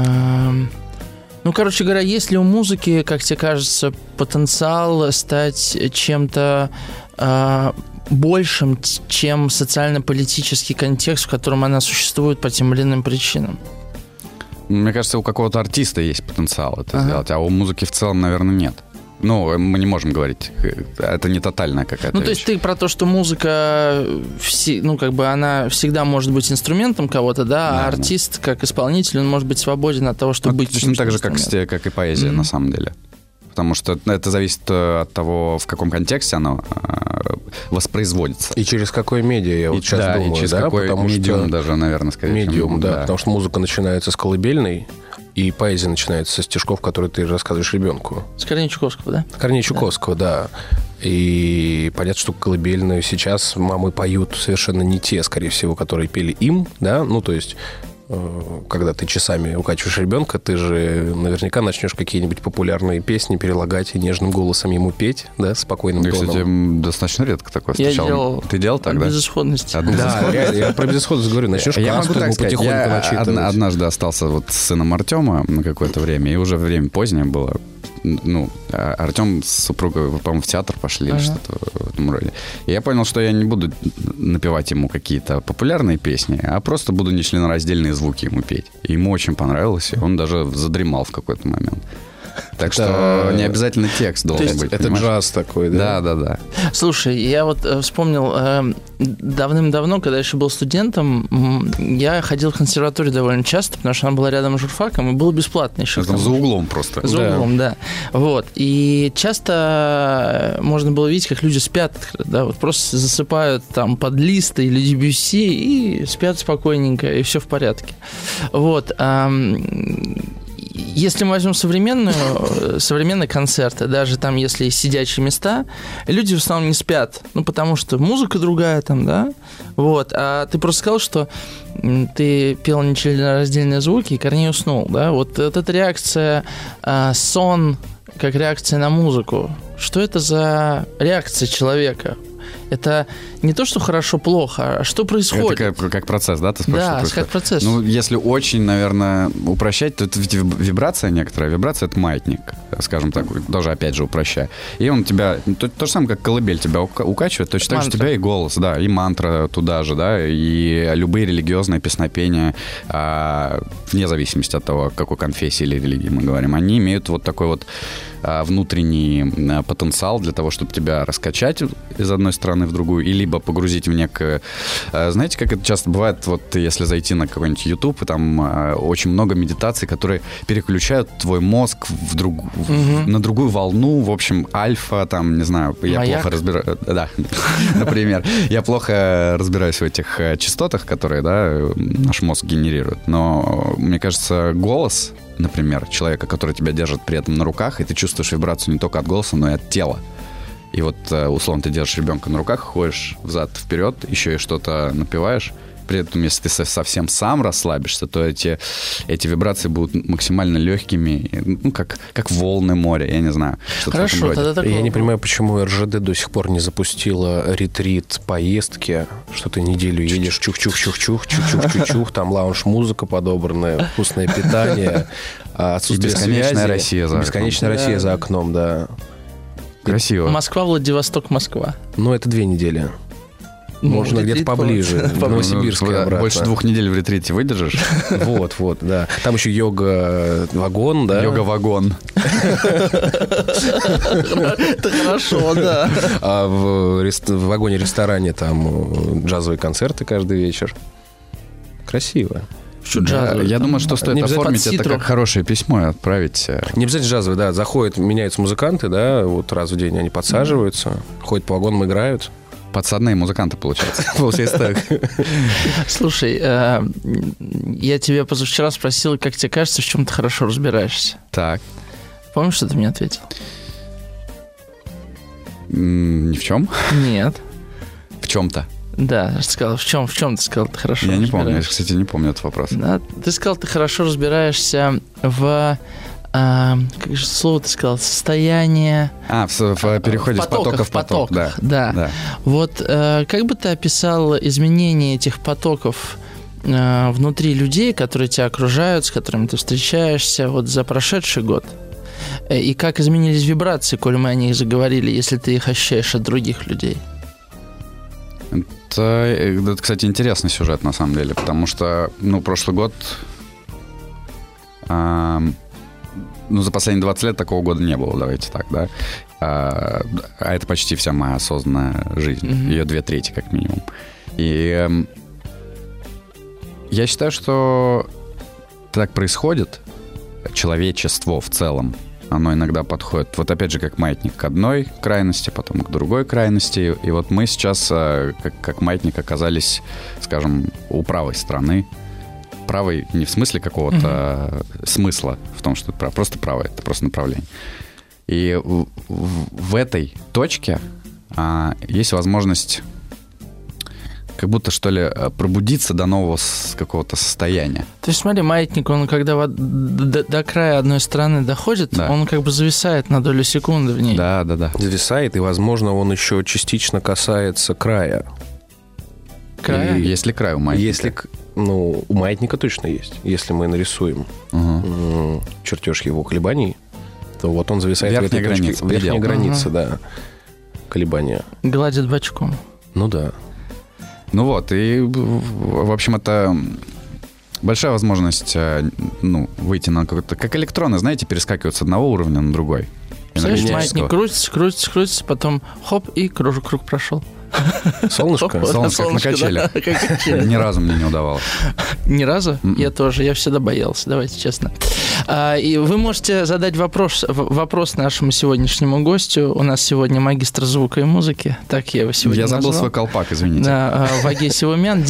короче говоря, есть ли у музыки, как тебе кажется, потенциал стать чем-то большим, чем социально-политический контекст, в котором она существует по тем или иным причинам? Мне кажется, у какого-то артиста есть потенциал это сделать, а у музыки в целом, наверное, нет. Мы не можем говорить, это не тотальная какая-то вещь. То есть ты про то, что музыка, она всегда может быть инструментом кого-то, да, а артист, как исполнитель, он может быть свободен от того, чтобы быть точно так же, как и поэзия, на самом деле. Потому что это зависит от того, в каком контексте оно воспроизводится. И через какое медиа, я вот сейчас думаю. И через какой медиум даже, наверное, скорее. Медиум, да. Потому что музыка начинается с колыбельной, и поэзия начинается со стишков, которые ты рассказываешь ребенку. С Корнея Чуковского, да? Корнея Чуковского, да. И понятно, что колыбельную сейчас мамы поют совершенно не те, скорее всего, которые пели им, да, то есть... Когда ты часами укачиваешь ребенка, ты же наверняка начнешь какие-нибудь популярные песни перелагать и нежным голосом ему петь, да, спокойным тоном. Кстати, достаточно редко такое встречал. Ты делал так, да? Безысходность. Да, я про безысходность говорю. Начнешь касту ему потихоньку начитывать. Я однажды остался с сыном Артема на какое-то время, и уже время позднее было. Артем с супругой, по-моему, в театр пошли или что-то в этом роде. И я понял, что я не буду напевать ему какие-то популярные песни, а просто буду нечленораздельные звуки ему петь. И ему очень понравилось, и он даже задремал в какой-то момент. Так что не обязательно текст должен быть. Это джаз такой, да? Да. Слушай, я вот вспомнил, давным-давно, когда я еще был студентом, я ходил в консерваторию довольно часто, потому что она была рядом с журфаком, и было бесплатно еще. Это за углом просто. За углом, да. Вот. И часто можно было видеть, как люди спят, да, вот просто засыпают там под Листа или Дебюсси и спят спокойненько, и все в порядке. Вот. Если мы возьмем современные концерты, даже там, если есть сидячие места, люди в основном не спят, потому что музыка другая там, да, вот, а ты просто сказал, что ты пел нечленораздельные звуки, и Корней уснул, да, вот эта реакция, сон, как реакция на музыку, что это за реакция человека? Это не то, что хорошо-плохо, а что происходит. Это как процесс, да? Ты спрашиваешь, да, как процесс. Если очень, наверное, упрощать, то это ведь вибрация некоторая. Вибрация — это маятник, скажем так, даже опять же упрощая. И он тебя... То же самое, как колыбель тебя укачивает, точно так же у тебя и голос, да, и мантра туда же, да, и любые религиозные песнопения, вне зависимости от того, о какой конфессии или религии мы говорим, они имеют вот такой вот внутренний потенциал для того, чтобы тебя раскачать из одной стороны в другую, и либо погрузить в некое... Знаете, как это часто бывает, вот если зайти на какой-нибудь YouTube, и там очень много медитаций, которые переключают твой мозг на другую волну, в общем, альфа, там, не знаю, я плохо разбираюсь... Да, например. Я плохо разбираюсь в этих частотах, которые, да, наш мозг генерирует, но, мне кажется, голос, например, человека, который тебя держит при этом на руках, и ты чувствуешь вибрацию не только от голоса, но и от тела. И вот, условно, ты держишь ребенка на руках, ходишь взад-вперед, еще и что-то напеваешь. При этом, если ты совсем сам расслабишься, то эти вибрации будут максимально легкими, как волны моря, я не знаю. Хорошо, тогда такое. Я не понимаю, почему РЖД до сих пор не запустила ретрит поездки, что ты неделю едешь, чух-чух-чух-чух, там лаунж-музыка подобранная, вкусное питание, отсутствие связи. Бесконечная Россия за окном. Бесконечная Россия за окном, да. Красиво. Москва, Владивосток, Москва. Это 2 недели. Можно где-то поближе, в Новосибирск обратно. Больше 2 недель в ретрите выдержишь? Вот, да. Там еще йога-вагон, да? Йога-вагон. Это хорошо, да. А в вагоне-ресторане там джазовые концерты каждый вечер. Красиво. Я думаю, что стоит оформить это как хорошее письмо и отправить. Не обязательно джазовые, да. Заходят, меняются музыканты, да, вот раз в день они подсаживаются, ходят по вагонам, играют. Подсадные музыканты, получается. Получается так. Слушай, я тебя позавчера спросил, как тебе кажется, в чем ты хорошо разбираешься. Так. Помнишь, что ты мне ответил? Ни в чем? Нет. В чем-то. Да, я же сказал, в чем ты сказал, ты хорошо Я не разбираешься. помню, я, кстати, не помню этот вопрос. Да, ты сказал, ты хорошо разбираешься в... как же слово ты сказал? Состояние... В переходе в с потока в поток. Да. Вот как бы ты описал изменение этих потоков внутри людей, которые тебя окружают, с которыми ты встречаешься вот за прошедший год? И как изменились вибрации, коль мы о них заговорили, если ты их ощущаешь от других людей? Это, кстати, интересный сюжет, на самом деле, потому что, прошлый год... за последние 20 лет такого года не было, давайте так, да? А это почти вся моя осознанная жизнь. Ее 2/3, как минимум. И я считаю, что так происходит. Человечество в целом, оно иногда подходит, вот опять же, как маятник к одной крайности, потом к другой крайности. И вот мы сейчас, как маятник, оказались, скажем, у правой стороны. Правый не в смысле какого-то смысла в том, что это просто правый, это просто направление. И в этой точке есть возможность как будто, что ли, пробудиться до нового какого-то состояния. То есть, смотри, маятник, он когда до края одной стороны доходит, да, он как бы зависает на долю секунды в ней. Да. Зависает, и, возможно, он еще частично касается края. Края? Есть ли край у маятника? У маятника точно есть. Если мы нарисуем чертеж его колебаний, то вот он зависает в этой точке. Верхняя граница, да, колебания. Гладит бочком. Ну да. И, в общем, это большая возможность выйти на какой-то... Как электроны, знаете, перескакивают с одного уровня на другой. Знаешь, маятник крутится, потом хоп, и круг прошел. Солнышко, как на качелях. Ни разу мне не удавалось. Ни разу? Я тоже, я всегда боялся, давайте честно. И вы можете задать вопрос нашему сегодняшнему гостю. У нас сегодня магистр звука и музыки. Так я его сегодня назвал. Я забыл свой колпак, извините. Да, Ваге Севумян,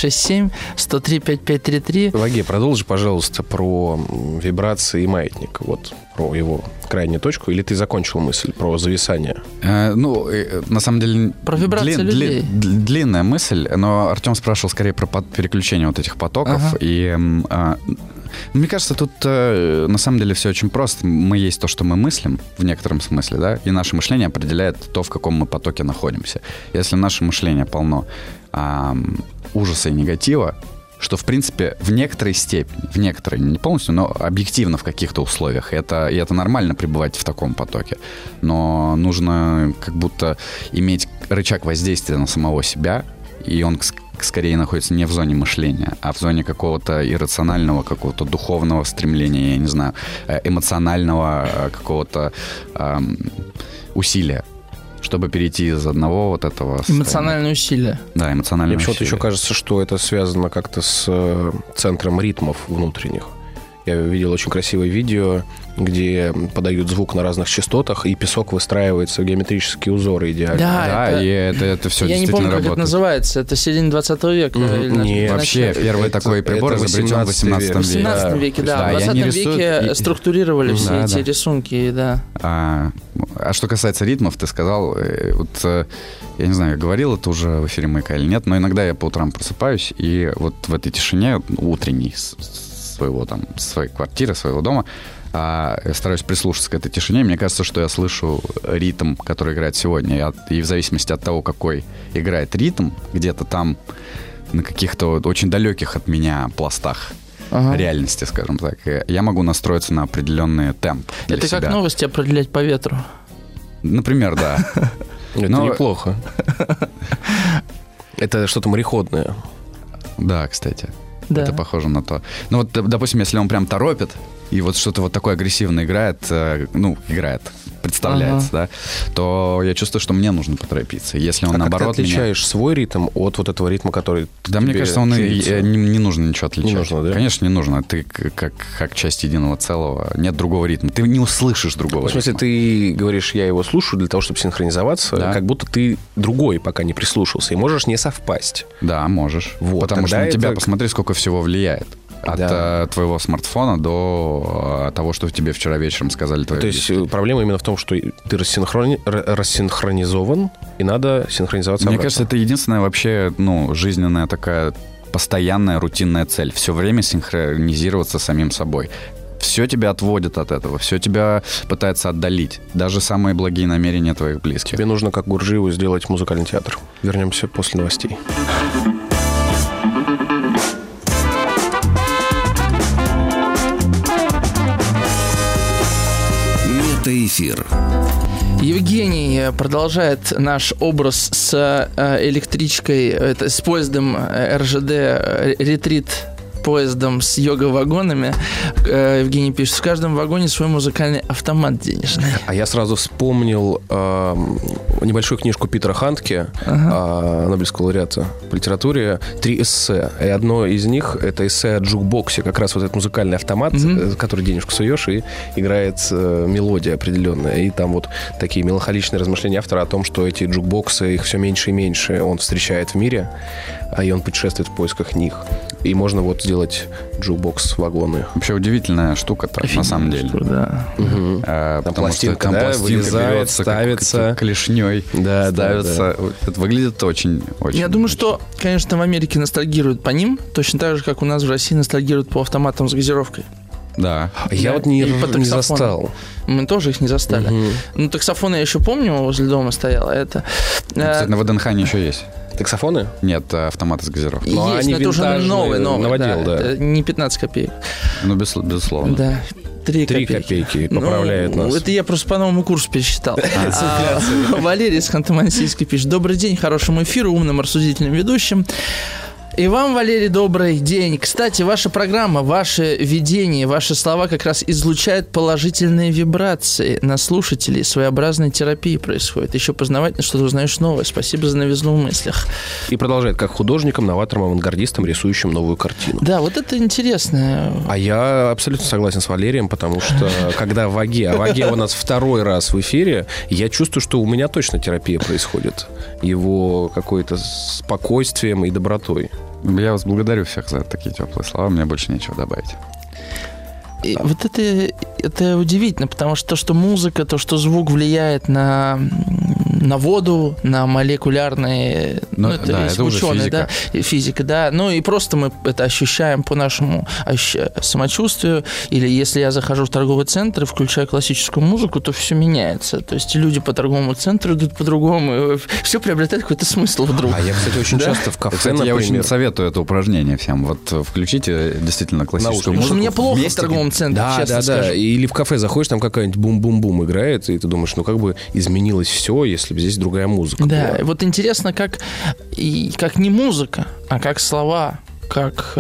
967-103-5533. Ваге, продолжи, пожалуйста, про вибрации и маятник. Вот, про его крайнюю точку. Или ты закончил мысль про зависание? На самом деле... Про вибрации людей. Длинная мысль, но Артем спрашивал скорее про переключение вот этих потоков. Ага. И мне кажется, тут на самом деле все очень просто. Мы есть то, что мы мыслим в некотором смысле, да, и наше мышление определяет то, в каком мы потоке находимся. Если наше мышление полно ужаса и негатива, что, в принципе, в некоторой степени, не полностью, но объективно в каких-то условиях. И это нормально пребывать в таком потоке. Но нужно как будто иметь рычаг воздействия на самого себя, и он скорее находится не в зоне мышления, а в зоне какого-то иррационального, какого-то духовного стремления, я не знаю, эмоционального какого-то усилия, чтобы перейти из одного вот этого... Эмоциональное усилие. Да, эмоциональное усилие. Мне почему-то еще кажется, что это связано как-то с центром ритмов внутренних. Я видел очень красивое видео, где подают звук на разных частотах, и песок выстраивается в геометрические узоры идеально. Да, и это все я действительно работает. Я не помню, как это называется. Это середина 20 века? Нет, вообще, первый такой прибор изобретен в 18 веке. В 18 веке, да. В 20 веке структурировали все эти рисунки, да. А что касается ритмов, ты сказал, вот, я не знаю, я говорил это уже в эфире «Маяка» или нет, но иногда я по утрам просыпаюсь, и вот в этой тишине утренней своей квартиры, своего дома, стараюсь прислушаться к этой тишине. Мне кажется, что я слышу ритм, который играет сегодня. И в зависимости от того, какой играет ритм, где-то там на каких-то очень далеких от меня пластах реальности, скажем так, я могу настроиться на определенный темп. Это как новости определять по ветру? Например, да. Это неплохо. Это что-то мореходное. Да, кстати. Да. Это похоже на то. Ну вот, допустим, если он прям торопит, и вот что-то вот такое агрессивно представляется, да, то я чувствую, что мне нужно поторопиться. Если он наоборот... Как ты отличаешь свой ритм от вот этого ритма, который... Да, мне кажется, не нужно ничего отличать. Не нужно, да? Конечно, не нужно. Ты как часть единого целого. Нет другого ритма. Ты не услышишь другого ритма. В смысле, ты говоришь, я его слушаю для того, чтобы синхронизоваться, как будто ты другой пока не прислушался, и можешь не совпасть. Да, можешь. Вот, потому что на тебя, посмотри, сколько всего влияет. От твоего смартфона до того, что тебе вчера вечером сказали твои близкие. То есть проблема именно в том, что ты рассинхронизован, и надо синхронизоваться Мне обратно. кажется, это единственная вообще, жизненная такая постоянная рутинная цель. Все время синхронизироваться с самим собой. Все тебя отводит от этого, все тебя пытается отдалить. Даже самые благие намерения твоих близких. Тебе нужно, как Гурджиеву, сделать музыкальный театр. Вернемся после новостей. Метаэфир. Евгений продолжает наш образ с электричкой, с поездом РЖД «Ретрит», поездом с йога-вагонами. Евгений пишет, в каждом вагоне свой музыкальный автомат денежный. А я сразу вспомнил небольшую книжку Питера Хандке, Нобелевского лауреата по литературе, 3 эссе. И одно из них — это эссе о джукбоксе. Как раз вот этот музыкальный автомат, в который денежку суешь, и играет мелодия определенная. И там вот такие меланхоличные размышления автора о том, что эти джукбоксы, их все меньше и меньше он встречает в мире, и он путешествует в поисках них. И можно вот сделать джукбокс-вагоны. Вообще удивительная штука-то, на самом деле. Да. Потому что там пластинка вылезает, берется ставится клешней, ставится. Это выглядит очень Я думаю, что, конечно, в Америке ностальгируют по ним, точно так же, как у нас в России ностальгируют по автоматам с газировкой. Да. Я вот не застал. Мы тоже их не застали. Ну, таксофон я еще помню, возле дома стоял. Это... Кстати, на ВДНХ еще есть. Таксофоны? Нет, автоматы с газировкой. Есть, но это уже новый. Новодел, да. Это не 15 копеек. Ну, безусловно. Да. 3 копейки поправляет нас. Это я просто по новому курсу пересчитал. Валерий из Ханты-Мансийска пишет. Добрый день, хорошему эфиру, умным, рассудительным ведущим. И вам, Валерий, добрый день. Кстати, ваша программа, ваше видение, ваши слова как раз излучают положительные вибрации на слушателей. Своеобразной терапии происходит. Еще познавательно, что ты узнаешь новое. Спасибо за новизну в мыслях. И продолжает, как художником, новатором, авангардистом, рисующим новую картину. Да, вот это интересно. А я абсолютно согласен с Валерием, потому что когда Ваге у нас второй раз в эфире, я чувствую, что у меня точно терапия происходит. Его какой-то спокойствием и добротой. Я вас благодарю всех за такие теплые слова. Мне больше нечего добавить. И вот это удивительно, потому что то, что музыка, то, что звук влияет на воду, на молекулярные... это уже физика. Да, физика, да. Ну и просто мы это ощущаем по нашему самочувствию. Или если я захожу в торговый центр и включаю классическую музыку, то все меняется. То есть люди по торговому центру идут по-другому, и все приобретает какой-то смысл вдруг. А я, кстати, очень часто в кафе, кстати, я очень советую это упражнение всем. Вот включите действительно классическую музыку. Потому что мне плохо в торговом центре, честно скажу. Да. Или в кафе заходишь, там какая-нибудь бум-бум-бум играет, и ты думаешь, как бы изменилось все, если бы здесь другая музыка Да, была. вот интересно, как не музыка, а как слова, как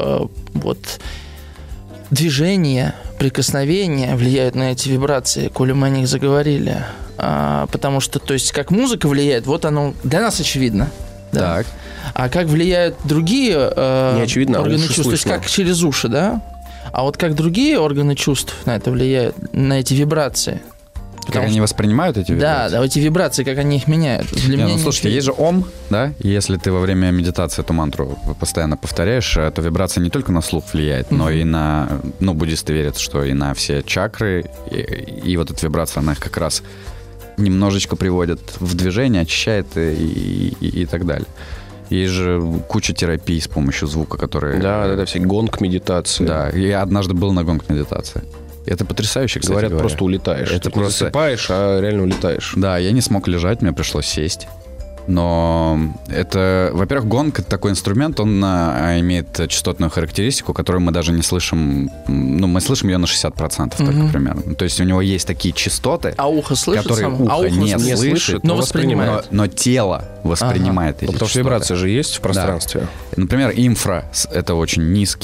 движение, прикосновение влияют на эти вибрации, коли мы о них заговорили. Потому что, то есть, как музыка влияет, вот оно для нас очевидно. Да. Так. А как влияют другие органы чувств, то есть как через уши, да? А вот как другие органы чувств на это влияют, на эти вибрации. Как они воспринимают эти вибрации? Да, эти вибрации, как они их меняют. Для меня слушайте, есть же ом, да? И если ты во время медитации эту мантру постоянно повторяешь, то вибрация не только на слух влияет, но и на... буддисты верят, что и на все чакры, и вот эта вибрация, она их как раз немножечко приводит в движение, очищает и так далее. Есть же куча терапий с помощью звука, которые... Да, все гонг-медитации. Да, я однажды был на гонг-медитации. Это потрясающе, кстати говоря. Просто улетаешь. Это ты просто засыпаешь, а реально улетаешь. Да, я не смог лежать, мне пришлось сесть. Но это, во-первых, гонг — это такой инструмент, он имеет частотную характеристику, которую мы даже не слышим. Мы слышим ее на 60% только примерно. То есть у него есть такие частоты, а ухо слышит, которые ухо не слышит, но воспринимает. Но тело воспринимает эти потому частоты. что вибрация же есть в пространстве. Да. Например, инфра — это очень низкие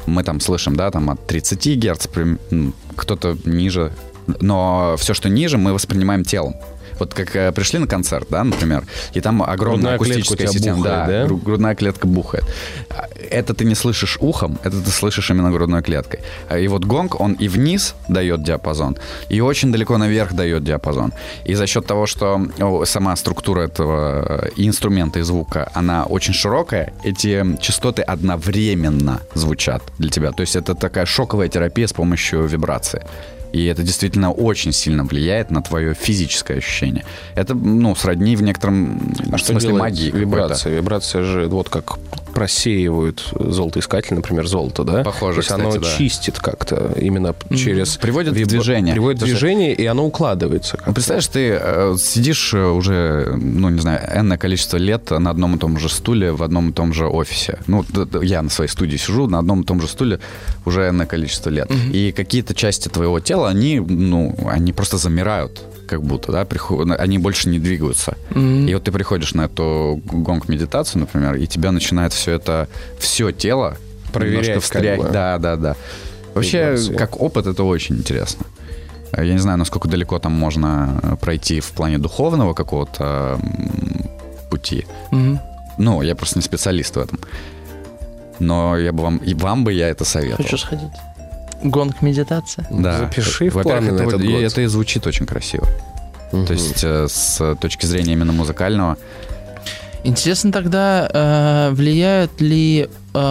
мы там слышим, да, там от 30 Гц, кто-то ниже, но все, что ниже, мы воспринимаем телом. Вот как пришли на концерт, да, например, и там огромная акустическая система, бухает, да? Грудная клетка бухает. Это ты не слышишь ухом, это ты слышишь именно грудной клеткой. И вот гонг, он и вниз дает диапазон, и очень далеко наверх дает диапазон. И за счет того, что сама структура этого инструмента и звука, она очень широкая, эти частоты одновременно звучат для тебя. То есть это такая шоковая терапия с помощью вибрации. И это действительно очень сильно влияет на твое физическое ощущение. Это, сродни в некотором смысле магии. Вибрация. Вибрация же вот как просеивают золотоискатель, например, золото, да? Похоже, то есть кстати, оно да. чистит как-то именно через... Приводит в движение. Приводит в движение, и оно укладывается. Представляешь, ты сидишь уже, не знаю, энное количество лет на одном и том же стуле в одном и том же офисе. Я на своей студии сижу на одном и том же стуле уже энное количество лет. И какие-то части твоего тела, они просто замирают, как будто, да, они больше не двигаются. И вот ты приходишь на эту гонг-медитацию, например, и тебя начинает все тело проверять, встряхивать. Да. Вообще, вибрации. Как опыт, это очень интересно. Я не знаю, насколько далеко там можно пройти в плане духовного какого-то пути. Я просто не специалист в этом. Но я бы вам бы я это советовал. Хочу сходить. Гонг-медитация? Да. Запиши в планы на этот год. Это и звучит очень красиво. То есть с точки зрения именно музыкального. Интересно тогда, влияет ли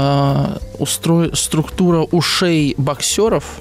структура ушей боксеров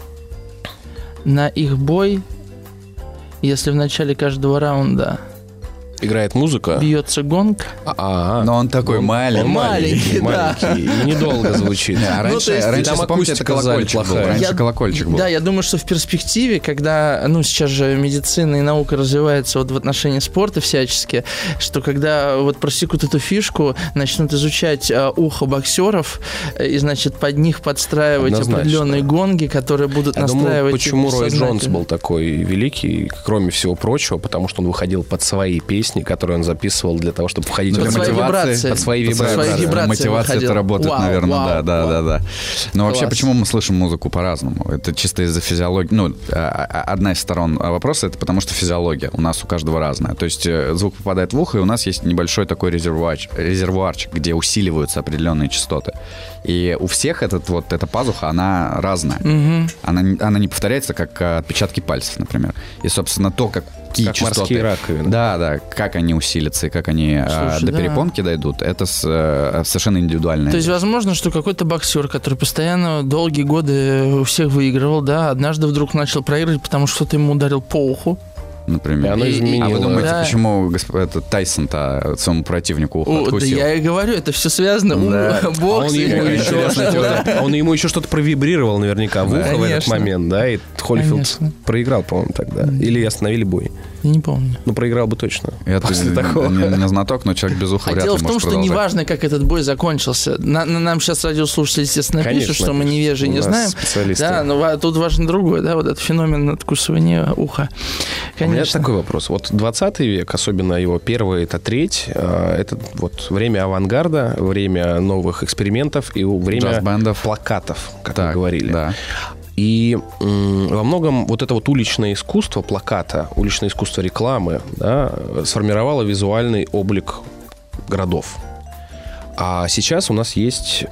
на их бой, если в начале каждого раунда играет музыка, бьется гонг? Но он такой маленький. Маленький, и недолго звучит. Раньше помните, это колокольчик был. Раньше колокольчик был. Да, я думаю, что в перспективе, когда, сейчас же медицина и наука развиваются вот в отношении спорта всячески, что когда вот просекут эту фишку, начнут изучать ухо боксеров, и, значит, под них подстраивать определенные гонги, которые будут настраивать. Думаю, почему Рой Джонс был такой великий, кроме всего прочего, потому что он выходил под свои песни, которые он записывал для того, чтобы входить под свои вибрации. Мотивация это работает, наверное, да. Но вообще, почему мы слышим музыку по-разному? Это чисто из-за физиологии. Одна из сторон вопроса, это потому что физиология у нас у каждого разная. То есть звук попадает в ухо, и у нас есть небольшой такой резервуарчик, где усиливаются определенные частоты. И у всех эта пазуха, она разная. Она не повторяется, как отпечатки пальцев, например. И, собственно, то, какие частоты... морские раковины. Да, как они усилятся и как они до перепонки дойдут, это совершенно индивидуально. То есть, возможно, что какой-то боксер, который постоянно долгие годы у всех выигрывал, да, однажды вдруг начал проигрывать, потому что кто-то ему ударил по уху. Например. И оно изменило. А вы думаете, почему Тайсон-то своему противнику ухо откусил? Да я и говорю, это все связано. Бокс. Он ему еще что-то провибрировал наверняка в ухо в этот момент, да, и Холлифилд проиграл, по-моему, тогда. Или остановили бой. Я не помню. Проиграл бы точно. Я не знаток, но человек без уха вряд ли может продолжать. Дело в том, что неважно, как этот бой закончился. Нам сейчас радиослушатели, естественно, пишут, что мы невежи не знаем. Да, но тут важно другое, да, вот этот феномен откусывания уха. У меня такой вопрос. Вот 20 век, особенно его первая треть, это вот время авангарда, время новых экспериментов и время джаз-бендов, плакатов, как мы говорили. Да. И во многом вот это вот уличное искусство плаката, уличное искусство рекламы, да, сформировало визуальный облик городов. А сейчас у нас есть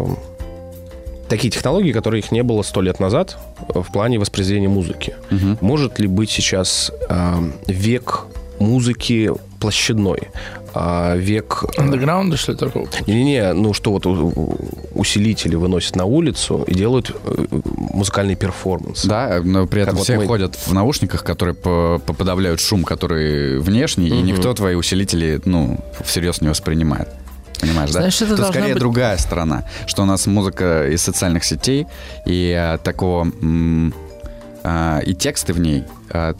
такие технологии, которые их не было 100 лет назад в плане воспроизведения музыки. Может ли быть сейчас век музыки площадной? Век... Андеграунда, что ли, такого? Не-не-не, что вот усилители выносят на улицу и делают музыкальный перформанс. Да, но при этом все ходят в наушниках, которые подавляют шум, который внешний, и никто твои усилители, всерьез не воспринимает. Понимаешь, да? Значит, это тут скорее быть... другая сторона, что у нас музыка из социальных сетей и такого... и тексты в ней...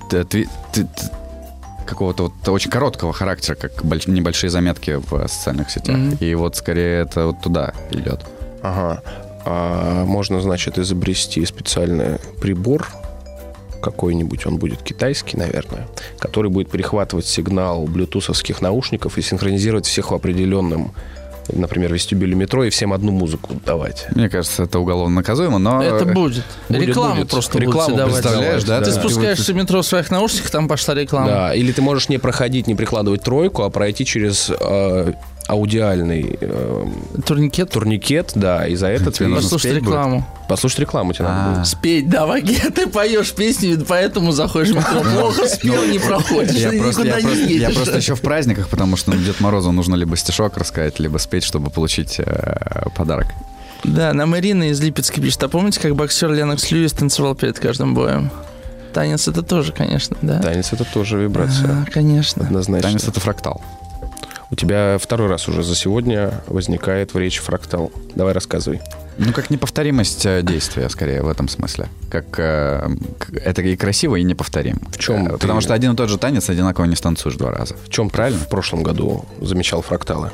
какого-то вот очень короткого характера, как небольшие заметки в социальных сетях. И вот скорее это вот туда идет. Ага. Можно, значит, изобрести специальный прибор какой-нибудь, он будет китайский, наверное, который будет перехватывать сигнал блютусовских наушников и синхронизировать всех в определенном например, в вестибюле метро и всем одну музыку давать. Мне кажется, это уголовно наказуемо, но... Это будет. Рекламу просто Рекламу будете давать. представляешь, да? Ты спускаешься в метро в своих наушниках, там пошла реклама. Да, или ты можешь не проходить, не прикладывать тройку, а пройти через аудиальный турникет, да, и за это тебе нужно Послушать спеть рекламу. будет. Послушать рекламу тебе надо будет. Спеть, давай, ты поешь песню, и поэтому заходишь в метро. Плохо спел, не проходишь, никуда не едешь. Я просто еще в праздниках, потому что Деду Морозу нужно либо стишок рассказать, либо спеть, чтобы получить подарок. Да, нам Ирина из Липецка пишет. А помните, как боксер Ленокс Льюис танцевал перед каждым боем? Танец это тоже, конечно, да? Танец — это тоже вибрация. Конечно. Однозначно. Танец — это фрактал. У тебя второй раз уже за сегодня возникает в речи фрактал. Давай рассказывай. Ну, как неповторимость действия, скорее, в этом смысле. Как это и красиво, и неповторимо. В чем? Потому что один и тот же танец одинаково не станцуешь 2 раза. В чем правильно в прошлом году замечал фракталы?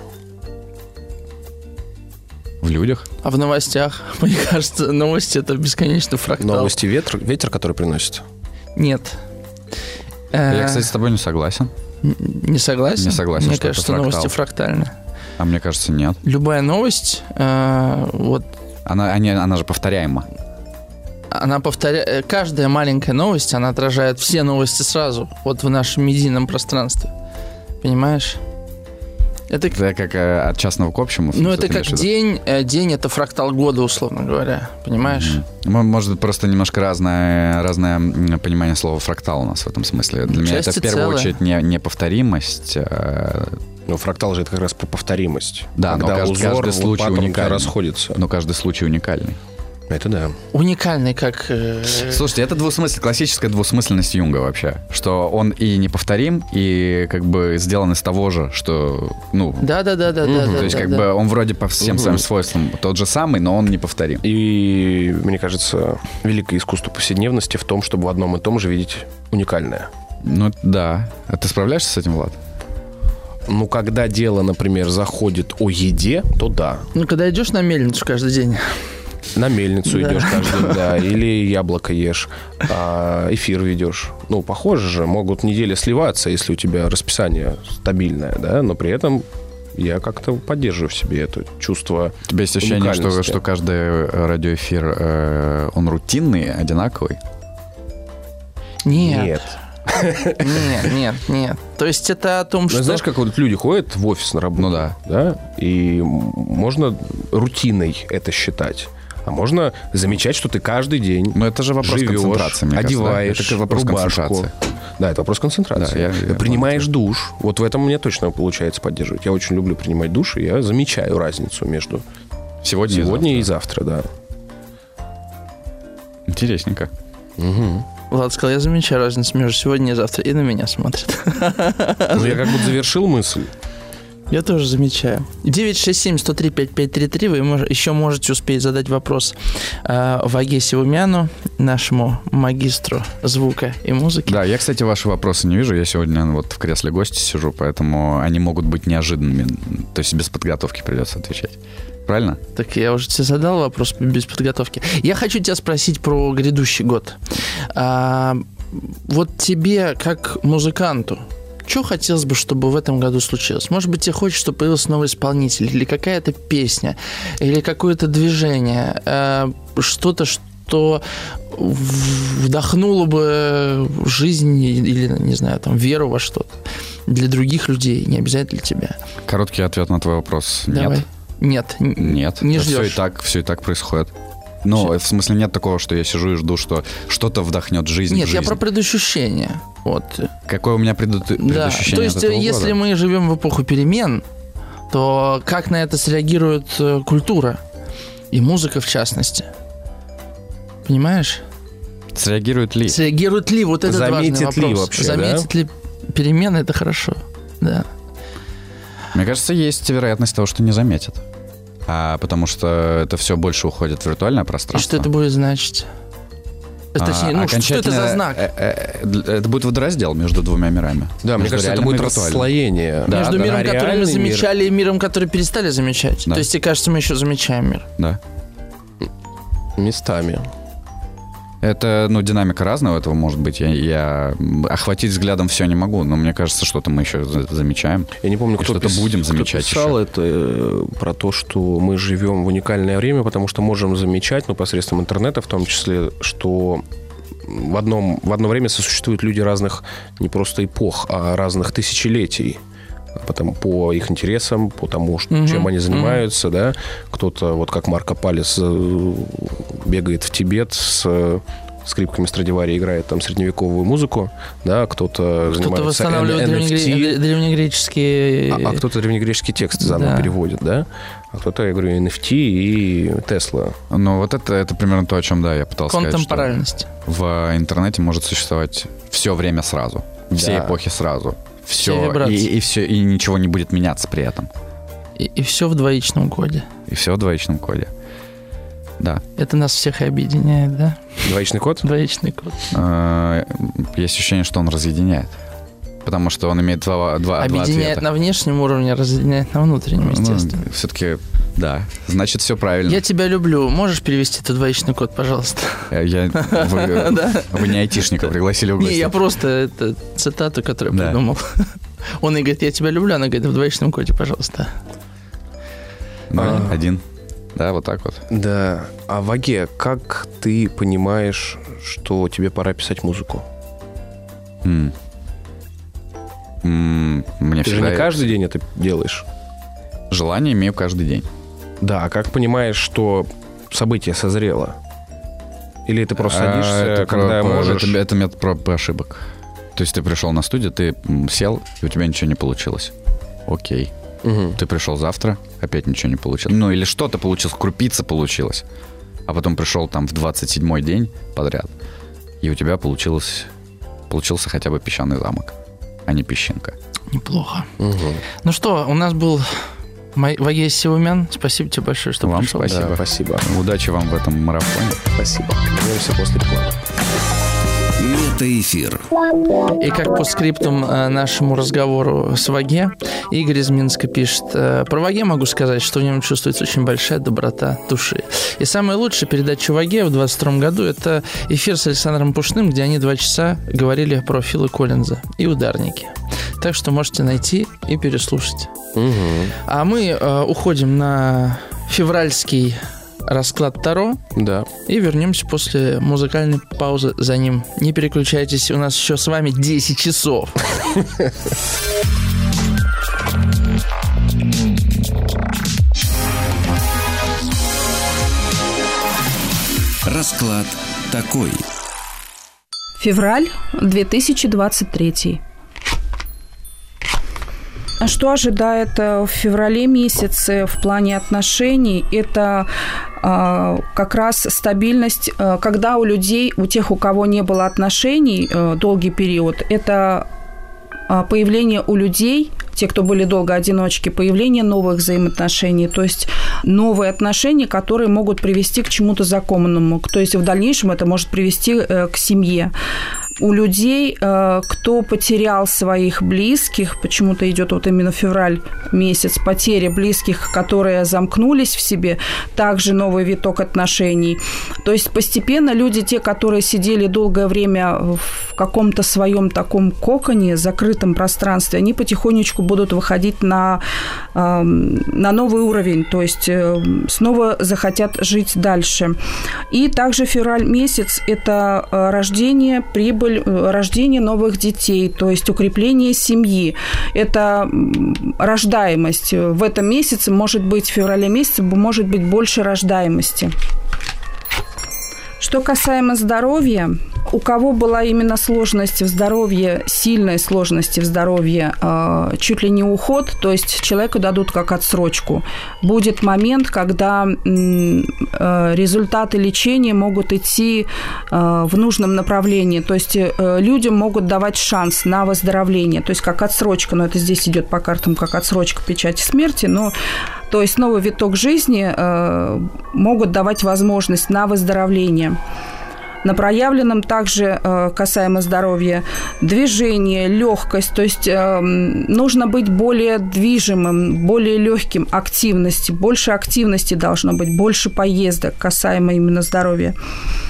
В людях. А в новостях? Мне кажется, новости — это бесконечный фрактал. Новости ветер, который приносит? Нет. Я, кстати, с тобой не согласен. Не согласен? Не согласен, Мне что кажется, это новости фрактал. фрактальны. А мне кажется, нет. Любая новость, вот Она же повторяема. она повторяет... Каждая маленькая новость, она отражает все новости сразу, вот в нашем медийном пространстве. Понимаешь? Это как от частного к общему. Ну, это как день. День — это фрактал года, условно говоря. Понимаешь? Может, просто немножко разное понимание слова фрактал у нас в этом смысле. Для меня это в первую очередь не повторимость. Ну, фрактал же это как раз про повторимость. Да, когда но узор, каждый случай уникальный. расходится. Но каждый случай уникальный. Это да. Уникальный, как... Слушайте, это классическая двусмысленность Юнга вообще. Что он и неповторим, и как бы сделан из того же, что... Ну, Да. то есть как бы он вроде по всем своим свойствам тот же самый, но он неповторим. И, мне кажется, великое искусство повседневности в том, чтобы в одном и том же видеть уникальное. Ну, да. А ты справляешься с этим, Влад? Ну, когда дело, например, заходит о еде, то да. Ну, когда идешь на мельницу каждый день... На мельницу идешь каждый день, да, или яблоко ешь, эфир ведешь. Ну, похоже же, могут недели сливаться, если у тебя расписание стабильное, да, но при этом я как-то поддерживаю в себе это чувство. У тебя есть ощущение, что каждый радиоэфир, он рутинный, одинаковый? Нет. Нет. То есть это о том, что... Знаешь, как вот люди ходят в офис на работу, Ну да, и можно рутиной это считать. А можно замечать, что ты каждый день Но это же вопрос живешь, концентрации, мне кажется, да? одеваешь Это вопрос рубашку. концентрации. Да, это вопрос концентрации. Да, я принимаешь душ. Вот в этом мне точно получается поддерживать. Я очень люблю принимать душ, и я замечаю разницу между сегодня и завтра, да. Интересненько. Влад сказал, я замечаю разницу между сегодня и завтра, и на меня смотрят. Ну, я как будто завершил мысль. Я тоже замечаю. 967-103-5533. Вы еще можете успеть задать вопрос Ваге Севумяну, нашему магистру звука и музыки. Да, я, кстати, ваши вопросы не вижу. Я сегодня вот в кресле гостя сижу, поэтому они могут быть неожиданными. То есть без подготовки придется отвечать. Правильно? Так я уже тебе задал вопрос без подготовки. Я хочу тебя спросить про грядущий год. Вот тебе, как музыканту, что хотелось бы, чтобы в этом году случилось? Может быть, тебе хочется, чтобы появился новый исполнитель, или какая-то песня, или какое-то движение, что-то, что вдохнуло бы жизнь или, не знаю, там, веру во что-то для других людей, не обязательно для тебя. Короткий ответ на твой вопрос. Давай. Нет. Нет. Не ждешь. Все и так происходит. Ну, в смысле, нет такого, что я сижу и жду, что что-то вдохнет жизнь Нет, в жизнь. я про предощущение. Вот. Какое у меня предощущение Да. То есть, от этого если года? мы живем в эпоху перемен, то как на это среагирует культура и музыка, в частности? Понимаешь? Среагирует ли? Среагирует ли? Вот это важный вопрос. Заметит ли вообще, Заметит ли перемены? Это хорошо. Да. Мне кажется, есть вероятность того, что не заметят. Потому что это все больше уходит в виртуальное И пространство. что это будет значить? Точнее, что это за знак? Это будет водораздел между двумя мирами. Да, мне Между кажется, это реальным будет и виртуальным. расслоение. Да, Между миром, который мы реальный замечали, и миром, который перестали замечать. Да. То есть, тебе кажется, мы еще замечаем мир. Да. местами. Это, динамика разная у этого может быть. Я охватить взглядом все не могу, но мне кажется, что-то мы еще замечаем. Я не помню, кто будем замечать писал еще. Это про то, что мы живем в уникальное время, потому что можем замечать, посредством интернета в том числе, что в одно время сосуществуют люди разных не просто эпох, а разных тысячелетий. По их интересам, по тому, чем они занимаются, да. Кто-то, вот как Марко Палес, бегает в Тибет с скрипками Страдивари, играет там средневековую музыку, да, кто-то занимается восстанавливает NFT, древнегреческие... А кто-то древнегреческие тексты заново переводит, да, а кто-то, я говорю, NFT и Тесла. Ну, вот это примерно то, о чем, я пытался сказать. Контемпоральность. В интернете может существовать все время сразу, все эпохи сразу. Все и ничего не будет меняться при этом. И все в двоичном коде. Да. Это нас всех и объединяет, да? Двоичный код? Двоичный код. Есть ощущение, что он разъединяет. Потому что он имеет два объединяет ответа. На внешнем уровне, разъединяет на внутреннем, естественно. Все-таки, да. Значит, все правильно. Я тебя люблю. Можешь перевести этот двоичный код, пожалуйста? Вы не айтишника пригласили в гости. Не, я просто... Это цитату, которую я придумал. Он и говорит, я тебя люблю. Она говорит, в двоичном коде, пожалуйста. 1. Да, вот так вот. Да. А Ваге, как ты понимаешь, что тебе пора писать музыку? Ты же не каждый день это делаешь? Желание имею каждый день. Да, а как понимаешь, что событие созрело? Или ты просто садишься, когда можешь? Это метод проб и ошибок. То есть ты пришел на студию, ты сел, и у тебя ничего не получилось. Окей. Ты пришел завтра, опять ничего не получилось. Или что-то получилось, крупица получилась. А потом пришел там в 27-й день подряд, и у тебя получился хотя бы песчаный замок, а не песчинка. Неплохо. Ну что, у нас был Ваге Сивумян. Спасибо тебе большое, что вам пришел. Спасибо. Да, спасибо. Удачи вам в этом марафоне. Спасибо. Вернемся после рекламы. Метаэфир. И как по скриптум нашему разговору с Ваге, Игорь из Минска пишет: про Ваге могу сказать, что в нем чувствуется очень большая доброта души. И самая лучшая передача Ваге в 2022 году – это эфир с Александром Пушным, где они 2 часа говорили про Фила Коллинза и ударники. Так что можете найти и переслушать. А мы уходим на февральский расклад Таро. Да. И вернемся после музыкальной паузы за ним. Не переключайтесь, у нас еще с вами 10 часов. Расклад такой. Февраль 2023. Что ожидает в феврале месяце в плане отношений? Это как раз стабильность, когда у людей, у тех, у кого не было отношений долгий период, это появление у людей, те, кто были долго одиночки, появление новых взаимоотношений, то есть новые отношения, которые могут привести к чему-то законному, то есть в дальнейшем это может привести к семье. У людей, кто потерял своих близких, почему-то идет вот именно февраль месяц, потеря близких, которые замкнулись в себе, также новый виток отношений. То есть постепенно люди, те, которые сидели долгое время в каком-то своем таком коконе, закрытом пространстве, они потихонечку будут выходить на новый уровень, то есть снова захотят жить дальше. И также февраль месяц – это рождение, прибыль, рождение новых детей, то есть укрепление семьи. Это рождаемость. В этом месяце, может быть, в феврале месяце, может быть больше рождаемости. Что касаемо здоровья, у кого была именно сложность в здоровье, сильная сложность в здоровье, чуть ли не уход, то есть человеку дадут как отсрочку. Будет момент, когда результаты лечения могут идти в нужном направлении, то есть людям могут давать шанс на выздоровление, то есть как отсрочка, но это здесь идет по картам как отсрочка печати смерти, но то есть новый виток жизни могут давать возможность на выздоровление. На проявленном также касаемо здоровья движение, легкость, то есть нужно быть более движимым, более легким, активности, больше активности должно быть, больше поездок касаемо именно здоровья.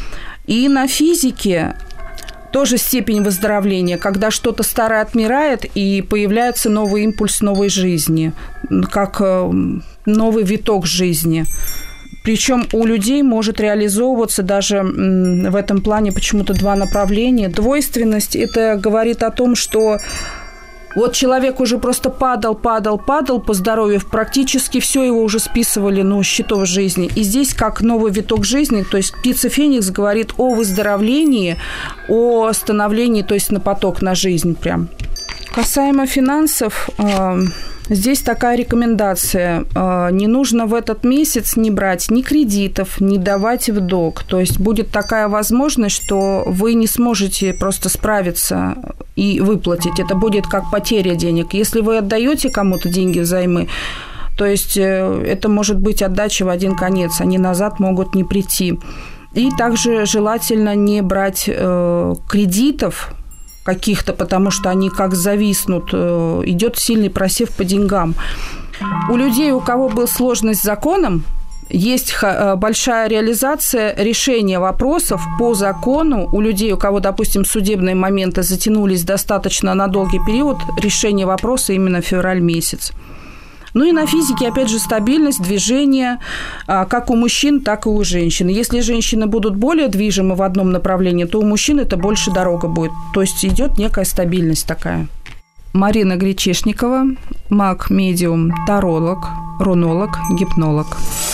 И на физике тоже степень выздоровления, когда что-то старое отмирает и появляется новый импульс новой жизни, как новый виток жизни. Причем у людей может реализовываться даже в этом плане почему-то два направления. Двойственность – это говорит о том, что вот человек уже просто падал по здоровью, практически все его уже списывали, с счетов жизни. И здесь как новый виток жизни, то есть птица Феникс говорит о выздоровлении, о становлении, то есть на поток, на жизнь прям. Касаемо финансов, здесь такая рекомендация. Не нужно в этот месяц не брать ни кредитов, не давать в долг. То есть будет такая возможность, что вы не сможете просто справиться и выплатить. Это будет как потеря денег. Если вы отдаете кому-то деньги взаймы, то есть это может быть отдача в один конец. Они назад могут не прийти. И также желательно не брать кредитов каких-то, потому что они как зависнут, идет сильный просев по деньгам. У людей, у кого была сложность с законом, есть большая реализация решения вопросов по закону. У людей, у кого, допустим, судебные моменты затянулись достаточно на долгий период, решение вопроса именно февраль месяц. И на физике, опять же, стабильность, движение, как у мужчин, так и у женщин. Если женщины будут более движимы в одном направлении, то у мужчин это больше дорога будет. То есть идет некая стабильность такая. Марина Гречишникова, маг, медиум, таролог, рунолог, гипнолог.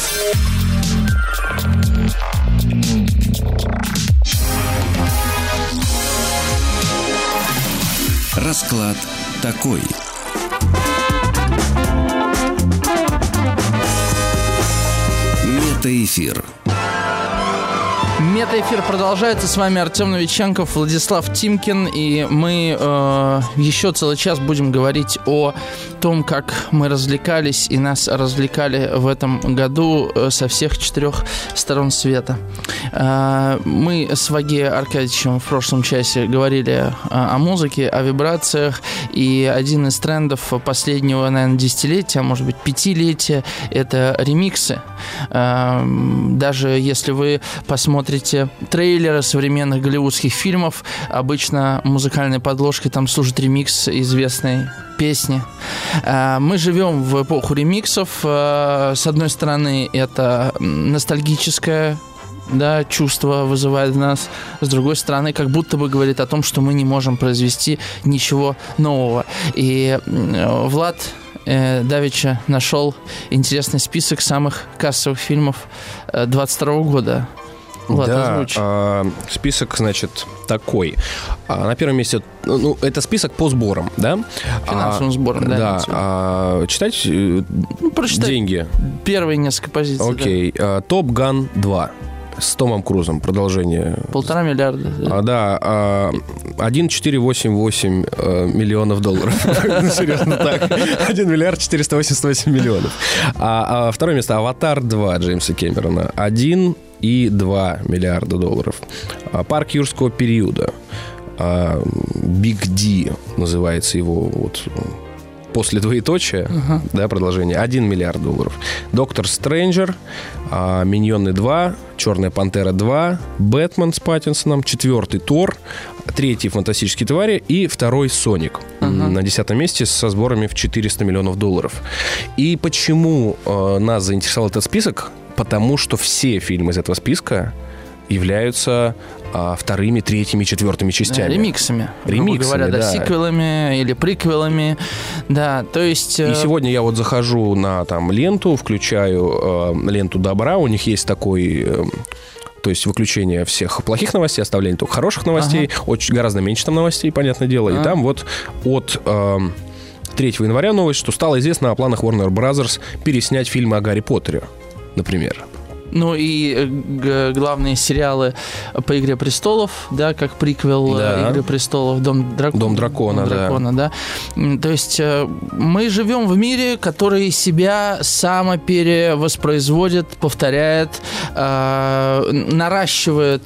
Расклад такой. Метаэфир. Метаэфир продолжается. С вами Артем Новиченков, Владислав Тимкин. И мы еще целый час будем говорить о том, как мы развлекались и нас развлекали в этом году со всех 4 сторон света. Мы с Ваге Аркадьевичем в прошлом часе говорили о музыке, о вибрациях. И один из трендов последнего, наверное, десятилетия, а может быть, 5-летия, это ремиксы. Даже если вы посмотрите трейлеры современных голливудских фильмов, обычно музыкальной подложкой там служит ремикс известной песни. Мы живем в эпоху ремиксов. С одной стороны, это ностальгическое чувство вызывает в нас. С другой стороны, как будто бы говорит о том, что мы не можем произвести ничего нового. И Влад давеча нашел интересный список самых кассовых фильмов 22 года. Влад, озвучь. Список, значит, такой. На первом месте, это список по сборам, да? Финансовым сборам, да. Читать прочитай деньги. Первые несколько позиций. Окей. «Топ Ган 2». С Томом Крузом. Продолжение. 1,5 миллиарда. Да. 1,488 миллионов долларов. Серьезно так. 1 миллиард 488 миллионов. Второе место. «Аватар 2» Джеймса Кэмерона. 1,2 миллиарда долларов. «Парк юрского периода». «Биг Ди» называется его после двоеточия, продолжение, 1 миллиард долларов. «Доктор Стрэнджер», «Миньоны 2», «Черная пантера 2», «Бэтмен» с Паттинсоном, 4-й «Тор», 3-й «Фантастические твари» и 2-й «Соник» на 10-м месте со сборами в 400 миллионов долларов. И почему нас заинтересовал этот список? Потому что все фильмы из этого списка являются вторыми, третьими, четвертыми частями. Ремиксами, говоря, сиквелами или приквелами. Да, то есть... И сегодня я захожу на ленту, включаю ленту добра. У них есть такой... То есть выключение всех плохих новостей, оставление только хороших новостей. Очень, гораздо меньше там новостей, понятное дело. И там от 3 января новость, что стало известно о планах Warner Brothers переснять фильмы о Гарри Поттере, например. И главные сериалы по «Игре престолов», как приквел «Игры престолов», «Дом дракона», да. То есть мы живем в мире, который себя самоперевоспроизводит, повторяет, наращивает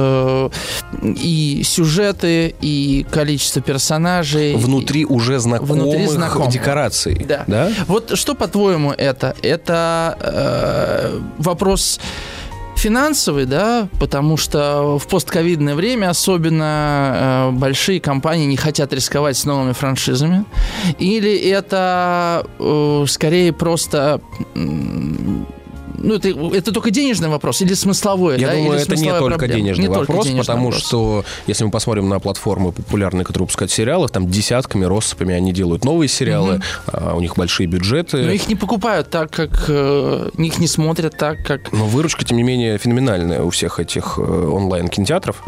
и сюжеты, и количество персонажей. Внутри уже знакомых декораций. Да. Вот что, по-твоему, это? Это вопрос финансовый, да, потому что в постковидное время особенно большие компании не хотят рисковать с новыми франшизами, или это скорее просто... Ну, это только денежный вопрос или смысловой? Я думаю, или это не только проблема? денежный вопрос, потому вопрос. что, если мы посмотрим на платформы популярные, которые выпускают сериалы, там десятками, россыпями они делают новые сериалы, у них большие бюджеты. Но их не покупают так, как... их не смотрят так, как... Но выручка, тем не менее, феноменальная у всех этих онлайн-кинотеатров.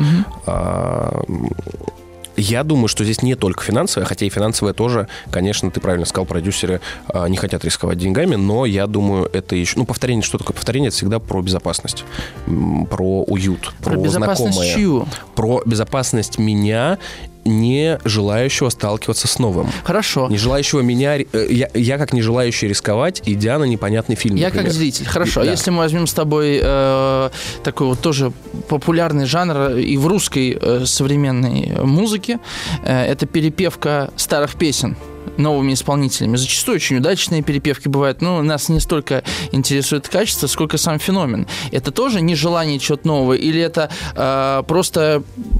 Я думаю, что здесь не только финансовое, хотя и финансовое тоже, конечно, ты правильно сказал, продюсеры не хотят рисковать деньгами, но я думаю, это еще... Ну, повторение, что такое повторение? Это всегда про безопасность, про уют, про безопасность знакомое. Чью? Про безопасность меня, не желающего сталкиваться с новым. Хорошо. Не желающего меня... Я как не желающий рисковать, идя на непонятный фильм, Я например. как зритель. Хорошо. Да. Если мы возьмем с тобой такой вот тоже популярный жанр и в русской современной музыке, это перепевка старых песен новыми исполнителями. Зачастую очень удачные перепевки бывают, но нас не столько интересует качество, сколько сам феномен. Это тоже нежелание чего-то нового, или это просто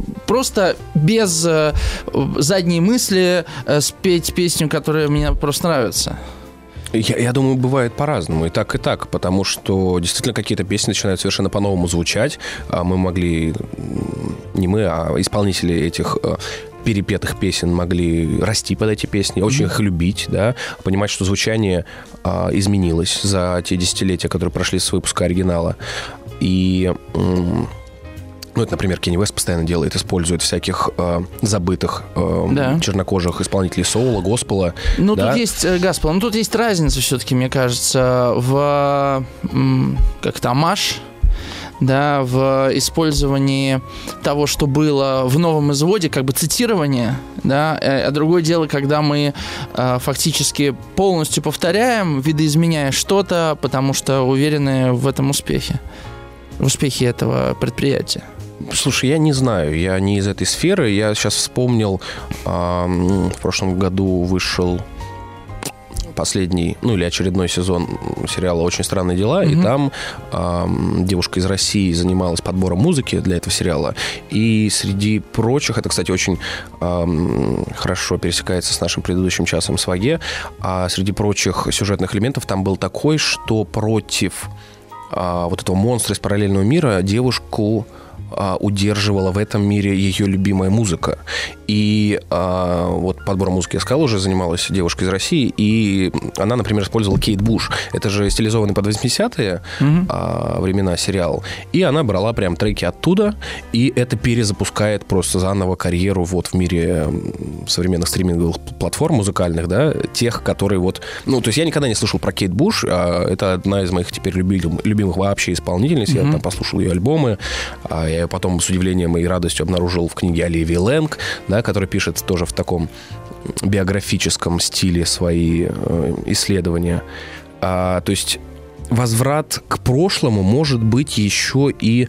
без задней мысли спеть песню, которая мне просто нравится? Я думаю, бывает по-разному, и так, потому что действительно какие-то песни начинают совершенно по-новому звучать. Мы могли, не мы, а исполнители этих перепетых песен могли расти под эти песни, очень их любить, да, понимать, что звучание изменилось за те десятилетия, которые прошли с выпуска оригинала. И... Ну, это, например, Кенни Уэст постоянно делает, использует всяких забытых чернокожих исполнителей соула, госпела. Ну, тут есть госпел. Ну, тут есть разница все-таки, мне кажется, в как-то омаж, да, в использовании того, что было в новом изводе, как бы цитирование, да, а другое дело, когда мы фактически полностью повторяем, видоизменяя что-то, потому что уверены в этом успехе, в успехе этого предприятия. Слушай, я не знаю, я не из этой сферы. Я сейчас вспомнил, в прошлом году вышел последний, ну или очередной сезон сериала «Очень странные дела», и там девушка из России занималась подбором музыки для этого сериала, и среди прочих, это, кстати, очень хорошо пересекается с нашим предыдущим часом с Ваге, а среди прочих сюжетных элементов там был такой, что против вот этого монстра из параллельного мира девушку удерживала в этом мире ее любимая музыка. И вот подбором музыки, я сказал, уже занималась девушка из России, и она, например, использовала Кейт Буш. Это же стилизованный под 80-е времена сериал. И она брала прям треки оттуда, и это перезапускает просто заново карьеру вот в мире современных стриминговых платформ музыкальных, да, тех, которые вот... Ну, то есть я никогда не слышал про Кейт Буш, это одна из моих теперь любимых вообще исполнительниц. Я там послушал ее альбомы, я ее потом с удивлением и радостью обнаружил в книге Оливии Лэнг, да, которая пишет тоже в таком биографическом стиле свои исследования. То есть возврат к прошлому может быть еще и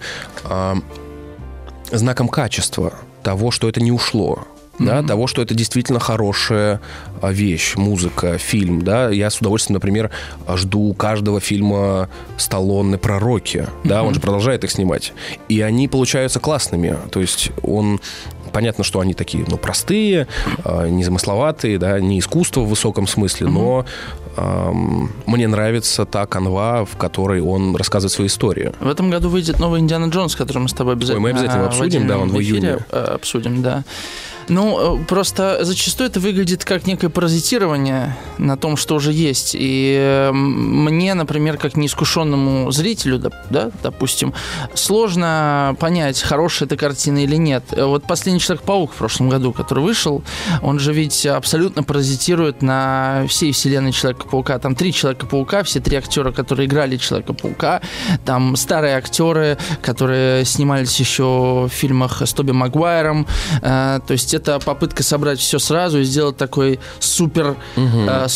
знаком качества того, что это не ушло. Да, того, что это действительно хорошая вещь, музыка, фильм. Да. Я с удовольствием, например, жду каждого фильма Сталлоне про Рокки. Да, он же продолжает их снимать. И они получаются классными. То есть понятно, что они такие, ну, простые, незамысловатые, да, не искусство в высоком смысле, но мне нравится та канва, в которой он рассказывает свою историю. В этом году выйдет новый «Индиана Джонс», который мы с тобой обязательно, мы обязательно обсудим, да, он в июне. Обсудим, да. Ну, просто зачастую это выглядит как некое паразитирование на том, что уже есть. И мне, например, как неискушенному зрителю, да, допустим, сложно понять, хорошая эта картина или нет. Вот «Последний Человек-паук» в прошлом году, который вышел, он же ведь абсолютно паразитирует на всей вселенной Человека-паука. Там 3 Человека-паука, все 3 актера, которые играли Человека-паука. Там старые актеры, которые снимались еще в фильмах с Тоби Магуайром. То есть это попытка собрать все сразу и сделать такой супер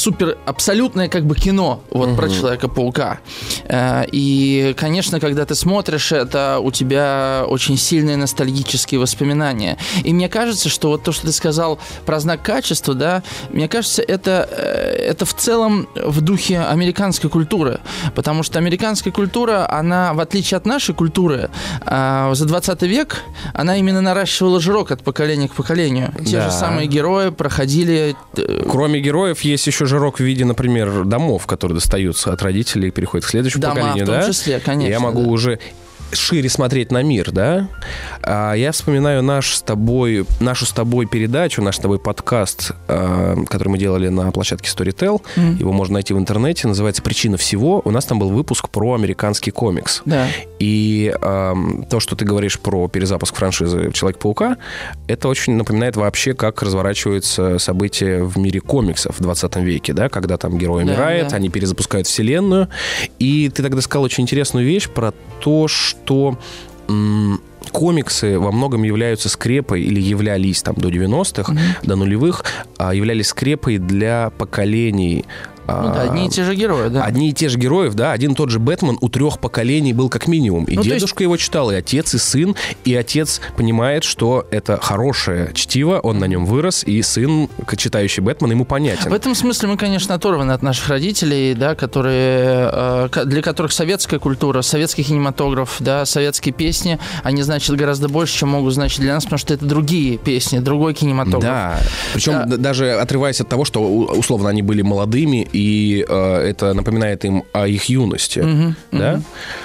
абсолютное как бы кино вот про Человека-паука. И, конечно, когда ты смотришь это, у тебя очень сильные ностальгические воспоминания. И мне кажется, что вот то, что ты сказал про знак качества, да, мне кажется, это в целом в духе американской культуры. Потому что американская культура, она, в отличие от нашей культуры, за 20 век, она именно наращивала жирок от поколения к поколению. Те же самые герои проходили... Кроме героев, есть еще жирок в виде, например, домов, которые достаются от родителей и переходят к следующему поколению. Дома в том числе, конечно. Я могу уже шире смотреть на мир, да? Я вспоминаю нашу с тобой передачу, наш с тобой подкаст, который мы делали на площадке Storytel. Его можно найти в интернете. Называется «Причина всего». У нас там был выпуск про американский комикс. Да. И то, что ты говоришь про перезапуск франшизы «Человек-паука», это очень напоминает вообще, как разворачиваются события в мире комиксов в 20 веке, да? Когда там герой умирает, они перезапускают вселенную. И ты тогда сказал очень интересную вещь про то, что комиксы во многом являются скрепой, или являлись там до 90-х, до нулевых, являлись скрепой для поколений. Одни и те же герои, да. Одни и те же героев, да. Один и тот же Бэтмен у 3 поколений был как минимум. И дедушка его читал, и отец, и сын. И отец понимает, что это хорошее чтиво, он на нем вырос, и сын, читающий Бэтмена, ему понятен. В этом смысле мы, конечно, оторваны от наших родителей, да, для которых советская культура, советский кинематограф, да, советские песни, они значат гораздо больше, чем могут значить для нас, потому что это другие песни, другой кинематограф. Да, причем даже отрываясь от того, что, условно, они были молодыми, и это напоминает им о их юности, да?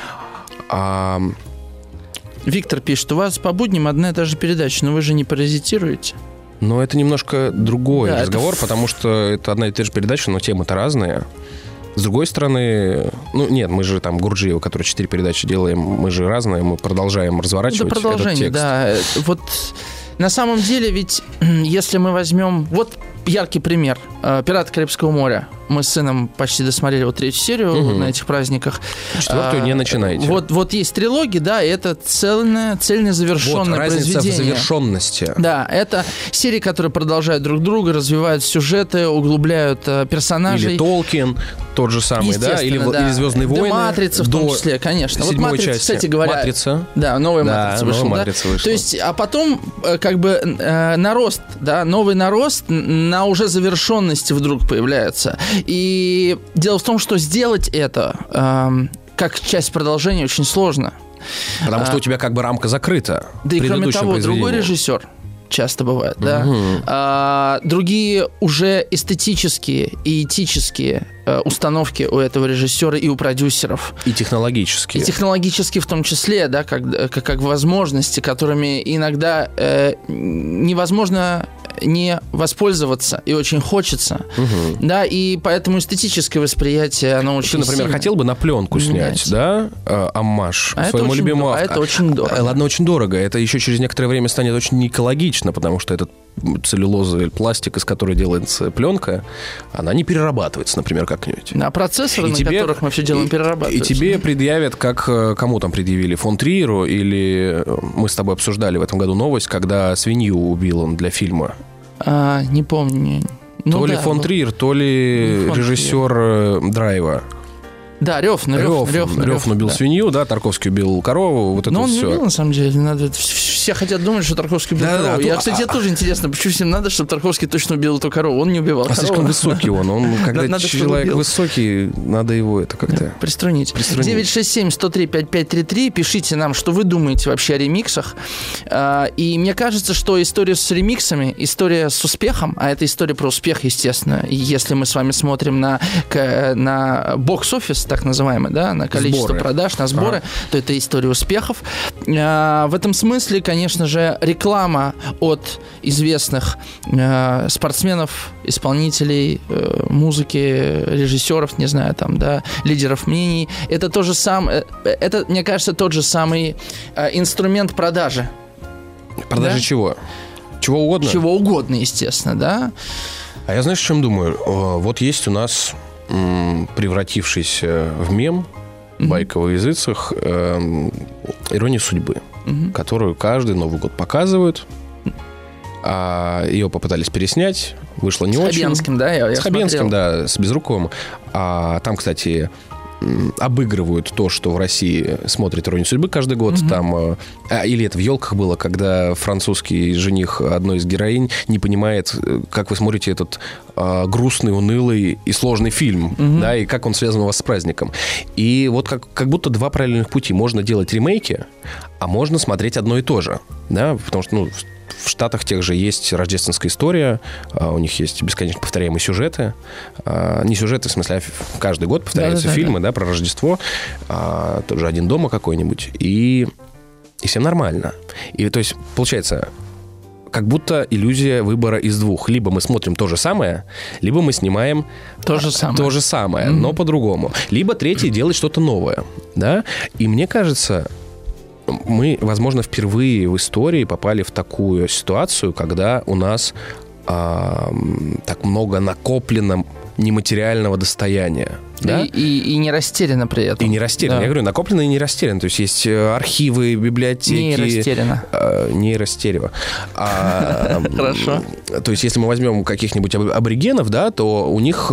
Виктор пишет, у вас по будням одна и та же передача, но вы же не паразитируете? Но это немножко другой разговор, потому что это одна и та же передача, но темы-то разные. С другой стороны, нет, мы же там Гурджиева, который 4 передачи делаем, мы же разные, мы продолжаем разворачивать это продолжение, этот текст. Да. Вот на самом деле ведь, если мы возьмем... Вот яркий пример. «Пираты Карибского моря». Мы с сыном почти досмотрели 3-ю серию на этих праздниках. 4-ю не начинаете. Вот есть трилогия, да, и это цельное завершенное произведение. Разница в завершенности. Да, это серии, которые продолжают друг друга, развивают сюжеты, углубляют персонажей. Или Толкин, тот же самый, да? Или «Звездные войны». Да, «Матрица» в том числе, конечно. Вот «Матрица», части. Кстати говоря... «Матрица». Да, новая «Матрица» вышла. «Матрица» вышла. То есть, а потом как бы нарост, да, новый нарост на уже завершенности вдруг появляется. И дело в том, что сделать это как часть продолжения очень сложно. Потому что у тебя как бы рамка закрыта. Да и кроме того, другой режиссер часто бывает, да. Другие уже эстетические и этические установки у этого режиссера и у продюсеров. И технологические. И технологические в том числе, да, как возможности, которыми иногда невозможно не воспользоваться, и очень хочется. Да, и поэтому эстетическое восприятие, оно очень Ты, например, хотел бы на пленку снять, да, оммаж своему любимому автору. Это очень дорого. Ладно, очень дорого. Это еще через некоторое время станет очень экологично, потому что этот целлюлоза или пластик, из которой делается пленка, она не перерабатывается, например, как-нибудь. А процессоры, на которых мы все делаем, перерабатываются. И тебе предъявят, как кому там предъявили, фон Триеру, или мы с тобой обсуждали в этом году новость, когда свинью убил он для фильма. Не помню. То ли фон Триер, то ли режиссер «Драйва». Да, Рёфн убил свинью, да, Тарковский убил корову, вот это он все. Но он не убил, на самом деле. Все хотят думать, что Тарковский убил корову. Кстати, тоже интересно, почему всем надо, чтобы Тарковский точно убил эту корову. Он не убивал корову. Слишком высокий он. Когда человек высокий, надо его это как-то... Приструнить. 967-103-5533. Пишите нам, что вы думаете вообще о ремиксах. И мне кажется, что история с ремиксами, история с успехом, а это история про успех, естественно. И если мы с вами смотрим на бокс-офис, так называемый, да, на количество продаж, на сборы, то это история успехов. В этом смысле, конечно же, реклама от известных спортсменов, исполнителей музыки, режиссеров, не знаю, там, да, лидеров мнений, это то же самое, это, мне кажется, тот же самый инструмент продажи. Продажи чего? Чего угодно? Чего угодно, естественно, да. А я, знаешь, о чем думаю? Вот есть у нас превратившийся в мем байка во языцах «Ирония судьбы», которую каждый Новый год показывают. Ее попытались переснять, вышло не очень. С Хабенским, да? Я с Хабенским, смотрел. да, с Безруковым. Там, кстати, обыгрывают то, что в России смотрит «Иронию судьбы» каждый год. Там, или это в «Елках» было, когда французский жених одной из героинь не понимает, как вы смотрите этот грустный, унылый и сложный фильм, да, и как он связан у вас с праздником. И вот как будто два параллельных пути. Можно делать ремейки, а можно смотреть одно и то же, да, потому что, в Штатах тех же есть рождественская история, у них есть бесконечно повторяемые сюжеты. Не сюжеты, в смысле, а каждый год повторяются фильмы, да, про Рождество. Тоже «Один дома» какой-нибудь. И всем нормально. И то есть, получается, как будто иллюзия выбора из двух. Либо мы смотрим то же самое, либо мы снимаем то же самое, но по-другому. Либо третий делает что-то новое. Да? И мне кажется... Мы, возможно, впервые в истории попали в такую ситуацию, когда у нас так много накоплено нематериального достояния. Да? И не растеряно при этом. И не растеряно. Да. Я говорю, накоплено и не растеряно. То есть есть архивы, библиотеки. Не растеряно. Не растерево. Хорошо. То есть если мы возьмем каких-нибудь аборигенов, да, то у них...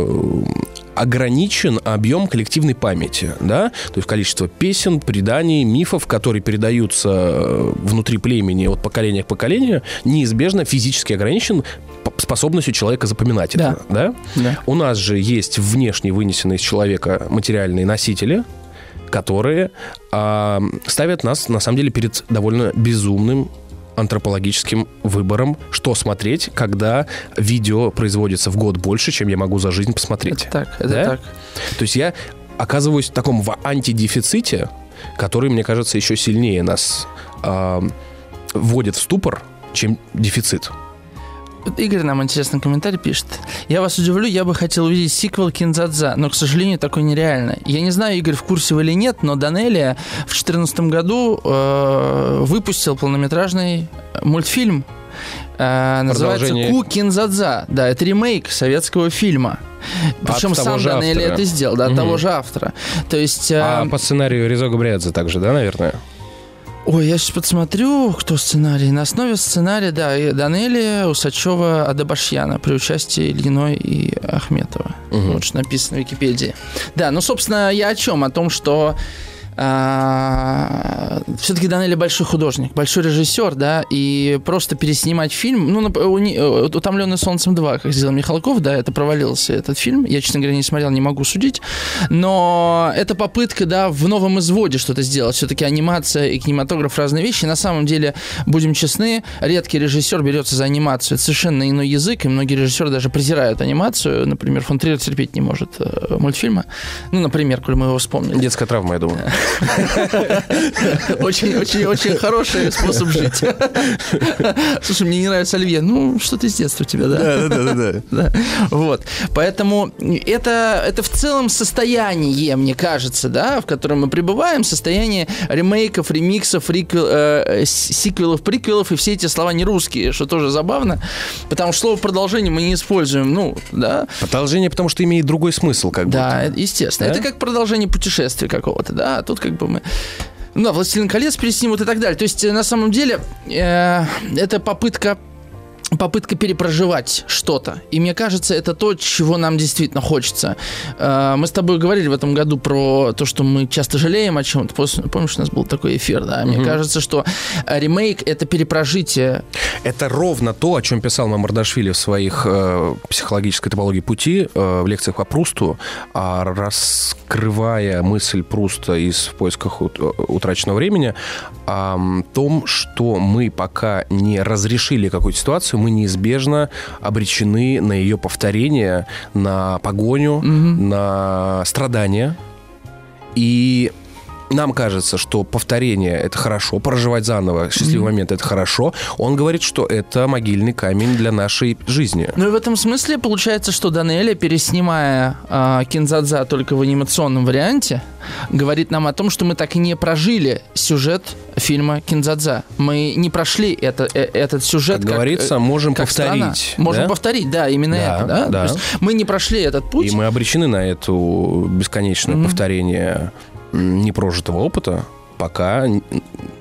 ограничен объем коллективной памяти, да, то есть количество песен, преданий, мифов, которые передаются внутри племени от поколения к поколению, неизбежно физически ограничен способностью человека запоминать это, да? Да. У нас же есть внешне вынесенные из человека материальные носители, которые ставят нас, на самом деле, перед довольно безумным антропологическим выбором, что смотреть, когда видео производится в год больше, чем я могу за жизнь посмотреть. Это так. То есть я оказываюсь в таком антидефиците, который, мне кажется, еще сильнее нас вводит в ступор, чем дефицит. Игорь нам интересный комментарий пишет. Я вас удивлю, я бы хотел увидеть сиквел «Кинзадза», но, к сожалению, такое нереально. Я не знаю, Игорь, в курсе вы или нет, но Данелия в 2014 году выпустил полнометражный мультфильм. Называется «Ку Кинзадза». Да, это ремейк советского фильма. Причем сам Данелия это сделал, да, от того же автора. То есть, по сценарию Резо Габриадзе также, да, наверное? Ой, я сейчас подсмотрю, кто сценарий. На основе сценария, да, Данелия, Усачева, Адабашьяна при участии Ильиной и Ахметова. Вот что написано в Википедии. Да, ну, собственно, я о чем? О том, что все-таки Данелия большой художник, большой режиссер, да, и просто переснимать фильм, «Утомленный солнцем 2», как сделал Михалков, да, это провалился этот фильм, я, честно говоря, не смотрел, не могу судить, но это попытка, да, в новом изводе что-то сделать, все-таки анимация и кинематограф разные вещи, на самом деле, будем честны, редкий режиссер берется за анимацию, это совершенно иной язык, и многие режиссеры даже презирают анимацию, например, фон Триер терпеть не может мультфильма, например, коль мы его вспомнили. Детская травма, я думаю. Очень хороший способ жить. Слушай, мне не нравится Оливье. Ну, что-то из детства у тебя, да? Да. Вот. Поэтому это в целом состояние, мне кажется, да, в котором мы пребываем, состояние ремейков, ремиксов, сиквелов, приквелов, и все эти слова не русские, что тоже забавно, потому что слово «продолжение» мы не используем, да. Продолжение, потому что имеет другой смысл, как будто. Да, естественно. Да? Это как продолжение путешествия какого-то, да, тут как бы мы... Ну, «Властелин колец» переснимут и так далее. То есть, на самом деле, это попытка перепроживать что-то. И мне кажется, это то, чего нам действительно хочется. Мы с тобой говорили в этом году про то, что мы часто жалеем о чем-то. Помнишь, у нас был такой эфир, да? Мне кажется, что ремейк — это перепрожитие. Это ровно то, о чем писал Мамардашвили в своих «Психологической топологии пути» в лекциях по Прусту, раскрывая мысль Пруста из «В поисках утраченного времени», о том, что мы пока не разрешили какую-то ситуацию, мы неизбежно обречены на ее повторение, на погоню, на страдания. И нам кажется, что повторение — это хорошо, проживать заново счастливый момент — это хорошо. Он говорит, что это могильный камень для нашей жизни. Ну и в этом смысле получается, что Данелия, переснимая «Кинзадза» только в анимационном варианте, говорит нам о том, что мы так и не прожили сюжет фильма «Кинзадза». Мы не прошли этот сюжет. Как говорится, можем как повторить. Страна. Можем повторить, да, именно это. Да? Да. То есть мы не прошли этот путь. И мы обречены на это бесконечное повторение непрожитого опыта, пока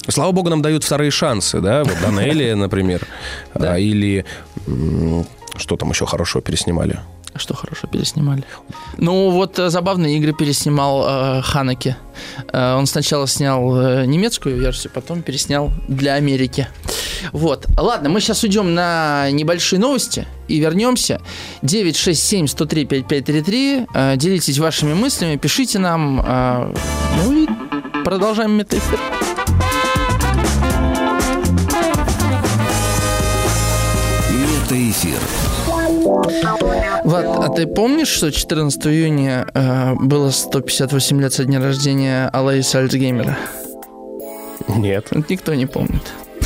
Слава богу, нам дают вторые шансы, да? Вот Данелия, например. Или что там еще хорошего переснимали? Что хорошо переснимали? Ну, вот «Забавные игры» переснимал Ханеке. Он сначала снял немецкую версию, потом переснял для Америки. Вот. Ладно, мы сейчас уйдем на небольшие новости и вернемся. 967-103-5533. Делитесь вашими мыслями, пишите нам. Ну и продолжаем метаэфир. Метаэфир. Влад, а ты помнишь, что 14 июня было 158 лет со дня рождения Алоиса Альцгеймера? Нет. Это никто не помнит.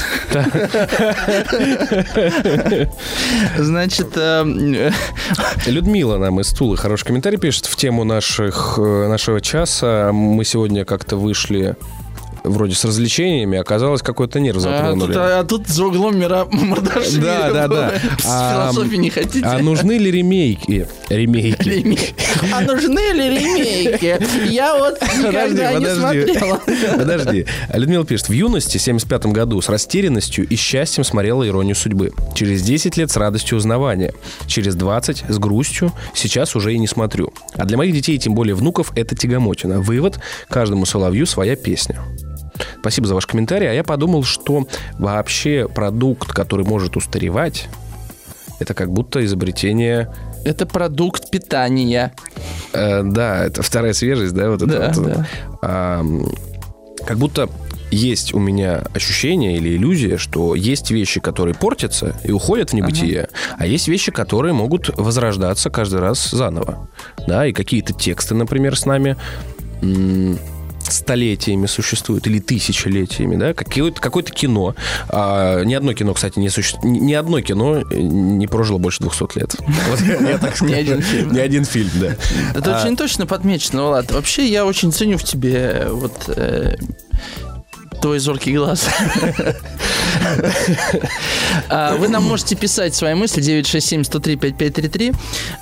Значит... Людмила нам из Тулы хороший комментарий пишет в тему нашего часа. Мы сегодня как-то вышли... вроде с развлечениями, оказалось, какой-то нерв затронули. А тут за углом Мордашвили. Да. С философией не хотите? А нужны ли ремейки? А нужны ли ремейки? Я вот никогда не смотрела. Подожди. Людмила пишет, в юности, в 75 году, с растерянностью и счастьем смотрела «Иронию судьбы». Через 10 лет с радостью узнавания. Через 20 с грустью. Сейчас уже и не смотрю. А для моих детей, тем более внуков, это тягомотина. Вывод: каждому соловью своя песня. Спасибо за ваш комментарий. А я подумал, что вообще продукт, который может устаревать, это как будто изобретение... Это продукт питания. Да, это вторая свежесть, да? Вот это, да. Как будто есть у меня ощущение или иллюзия, что есть вещи, которые портятся и уходят в небытие, а есть вещи, которые могут возрождаться каждый раз заново. Да, и какие-то тексты, например, с нами... столетиями существует, или тысячелетиями, да, какое-то кино. Ни одно кино, кстати, не существует. Ни одно кино не прожило больше 200 лет. Ни один фильм. Ни один фильм, да. Это очень точно подмечено, Влад. Вообще, я очень ценю в тебе вот твой зоркий глаз. Вы нам можете писать свои мысли 967-103-5533.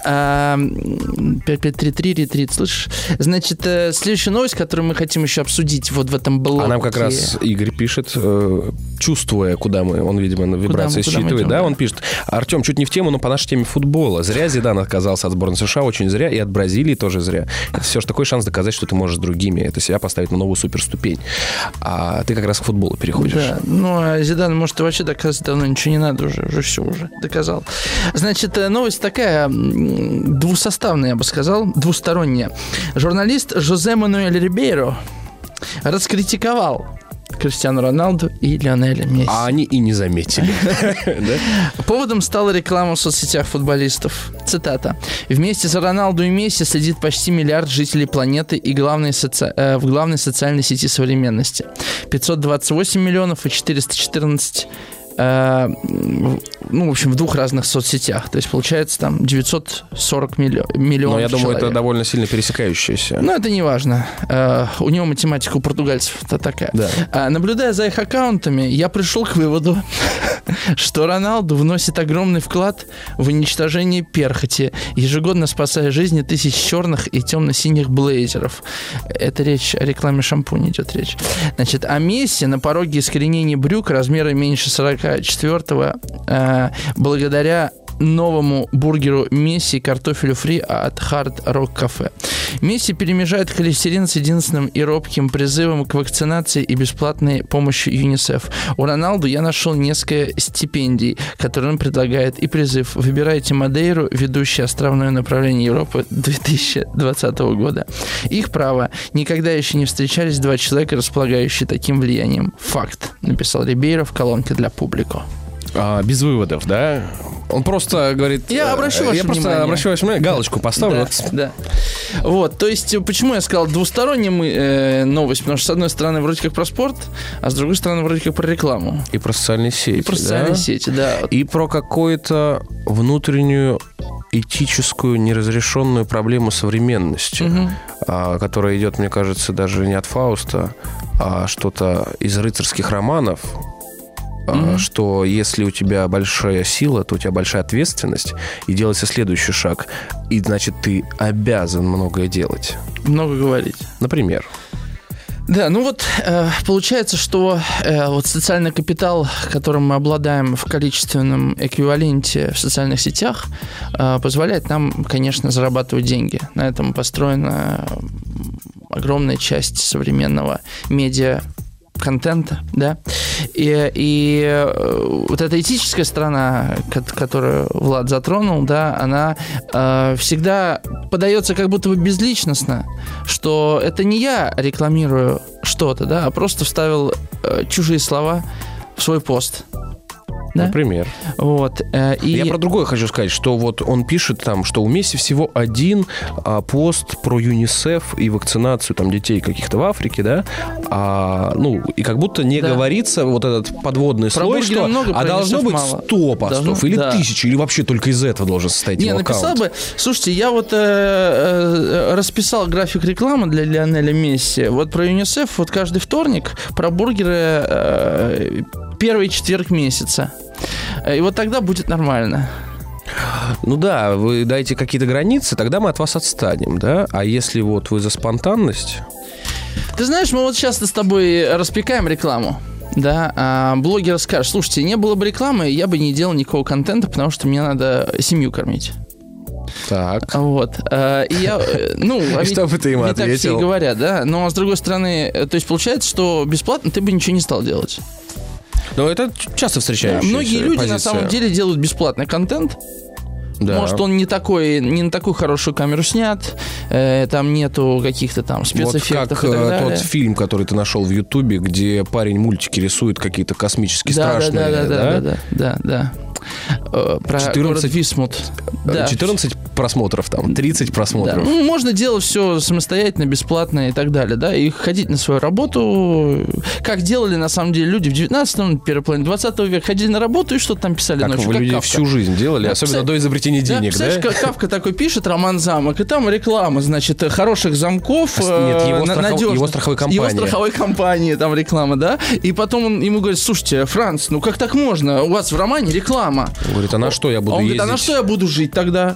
5533, ретрит, слышишь? Значит, следующая новость, которую мы хотим еще обсудить вот в этом блоке. А нам как раз Игорь пишет, чувствуя, куда мы, он, видимо, на вибрации считывает, да, он пишет: Артем, чуть не в тему, но по нашей теме футбола. Зря Зидан отказался от сборной США, очень зря, и от Бразилии тоже зря. Это все же такой шанс доказать, что ты можешь с другими, это себя поставить на новую суперступень. А ты как раз к футболу переходишь. Да, ну, а Зидан, может, вообще доказывать давно ничего не надо уже все уже доказал. Значит, новость такая двусоставная, я бы сказал, двусторонняя. Журналист Жозе Мануэль Рибейро раскритиковал Криштиану Роналду и Лионеля Месси. А они и не заметили. Поводом стала реклама в соцсетях футболистов. Цитата. «Вместе за Роналду и Месси следит почти миллиард жителей планеты и в главной социальной сети современности. 528 миллионов и 414 ну, в общем, в двух разных соцсетях. То есть, получается, там 940 миллионов Но я думаю, человек. это довольно сильно пересекающееся. Но это не важно. У него математика у португальцев-то такая. Да. Наблюдая за их аккаунтами, я пришел к выводу, что Роналду вносит огромный вклад в уничтожение перхоти, ежегодно спасая жизни тысяч черных и темно-синих блейзеров. Это речь о рекламе шампуня идет речь. Значит, а Месси на пороге искоренения брюк размера меньше 44-го благодаря новому бургеру Месси картофелю фри от Hard Rock Cafe. Месси перемежает холестерин с единственным и робким призывом к вакцинации и бесплатной помощи ЮНИСЕФ. У Роналду я нашел несколько стипендий, которые он предлагает, и призыв: выбирайте Мадейру, ведущее островное направление Европы 2020 года. Их право. Никогда еще не встречались два человека, располагающие таким влиянием. Факт, написал Рибейро в колонке для Публико. Без выводов, да? Он просто говорит... Я обращу ваше внимание. Обращу ваше внимание, галочку поставлю. Да. Вот, то есть, почему я сказал двусторонняя новость? Потому что, с одной стороны, вроде как про спорт, а с другой стороны, вроде как про рекламу. И про социальные сети. И про социальные сети, да. И про какую-то внутреннюю этическую неразрешенную проблему современности, которая идет, мне кажется, даже не от Фауста, а что-то из рыцарских романов. Что если у тебя большая сила, то у тебя большая ответственность, и делается следующий шаг. И, значит, ты обязан многое делать. Много говорить. Например? Да, ну вот получается, что вот социальный капитал, которым мы обладаем в количественном эквиваленте в социальных сетях, позволяет нам, конечно, зарабатывать деньги. На этом построена огромная часть современного медиа-контента, да, и вот эта этическая сторона, которую Влад затронул, да, она всегда подается как будто бы безличностно, что это не я рекламирую что-то, да, а просто вставил чужие слова в свой пост. Да? Например. Вот. Я про другое хочу сказать, что вот он пишет там, что у Месси всего один пост про ЮНИСЕФ и вакцинацию там детей каких-то в Африке, да, ну, и как будто не говорится вот этот подводный про слой, что много, должно быть мало. 100 постов, или 1000, или вообще только из этого должен состоять его аккаунт. Написал бы, слушайте, я вот расписал график рекламы для Лионеля Месси, вот про ЮНИСЕФ, вот каждый вторник, про бургеры первый четверг месяца. И вот тогда будет нормально. Ну да, вы дайте какие-то границы, тогда мы от вас отстанем, да? А если вот вы за спонтанность... Ты знаешь, мы вот сейчас с тобой распекаем рекламу. Да, а блогер скажет: слушайте, не было бы рекламы, я бы не делал никакого контента, потому что мне надо семью кормить. Так. Вот. И я, что бы ты ему ответил? Так все и говорят, да. Но с другой стороны, то есть получается, что бесплатно ты бы ничего не стал делать. Но это часто встречающаяся многие люди позиция. на самом деле делают бесплатный контент. Да. Может, он не на такую хорошую камеру снят, там нету каких-то там спецэффектов вот и так далее. Тот фильм, который ты нашел в Ютубе, где парень мультики рисует какие-то космически страшные. Да. Про 14, город Висмут. 14 просмотров там, 30 просмотров. Да. Ну, можно делать все самостоятельно, бесплатно и так далее, да, и ходить на свою работу, как делали на самом деле люди в 19-м, первой половине 20 века, ходили на работу и что-то там писали как ночью. Люди Кавка. всю жизнь делали, да, особенно до изобретения денег, да? Представляешь, Кавка такой пишет, роман «Замок», и там реклама, значит, хороших замков. Нет, его страховой компании. Его страховой компании там реклама, да, и потом он ему говорит: слушайте, Франц, ну как так можно? У вас в романе реклама. Он говорит: а на что я буду ездить? Он говорит: а на что я буду жить тогда?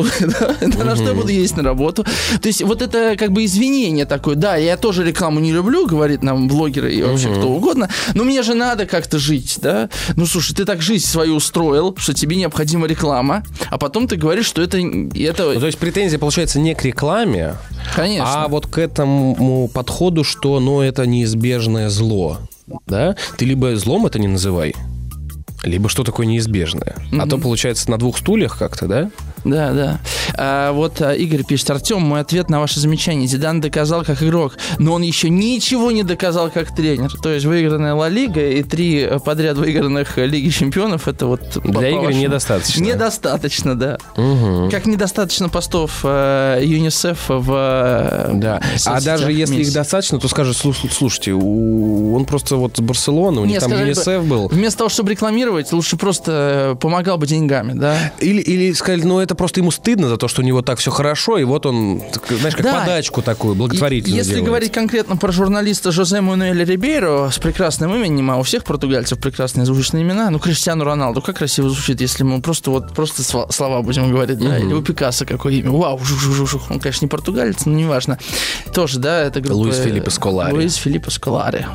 На что я буду ездить на работу? То есть вот это как бы извинение такое. Да, я тоже рекламу не люблю, говорит нам блогеры и вообще кто угодно, но мне же надо как-то жить, да? Ну, слушай, ты так жизнь свою устроил, что тебе необходима реклама, а потом ты говоришь, что это... Ну, то есть претензия, получается, не к рекламе, конечно, а вот к этому подходу, что, ну, это неизбежное зло, да? Ты либо злом это не называй, либо что такое неизбежное. А то, получается, на двух стульях как-то, да? Да. Вот Игорь пишет: Артем, мой ответ на ваше замечание. Зидан доказал как игрок, но он еще ничего не доказал как тренер. То есть выигранная Ла Лига и 3 подряд выигранных Лиги Чемпионов — это вот... Для игры недостаточно. Недостаточно, да. Как недостаточно постов ЮНИСЕФ в... Да. А даже если их достаточно, то скажут: слушайте, он просто вот с Барселоны, у них там ЮНИСЕФ был. Вместо того, чтобы рекламировать, лучше просто помогал бы деньгами, да? Или сказали: ну, это просто ему стыдно за то, что у него так все хорошо, и вот он, знаешь, как подачку такую благотворительную Если делает. говорить конкретно про журналиста Жозе Мануэля Рибейро с прекрасным именем, а у всех португальцев прекрасные звучные имена, ну, Криштиану Роналду, как красиво звучит, если мы просто слова будем говорить, да, или у Пикассо какое имя, вау, жух-жух-жух, он, конечно, не португалец, но неважно. Тоже, да, это группа... Луис Филиппе Сколари.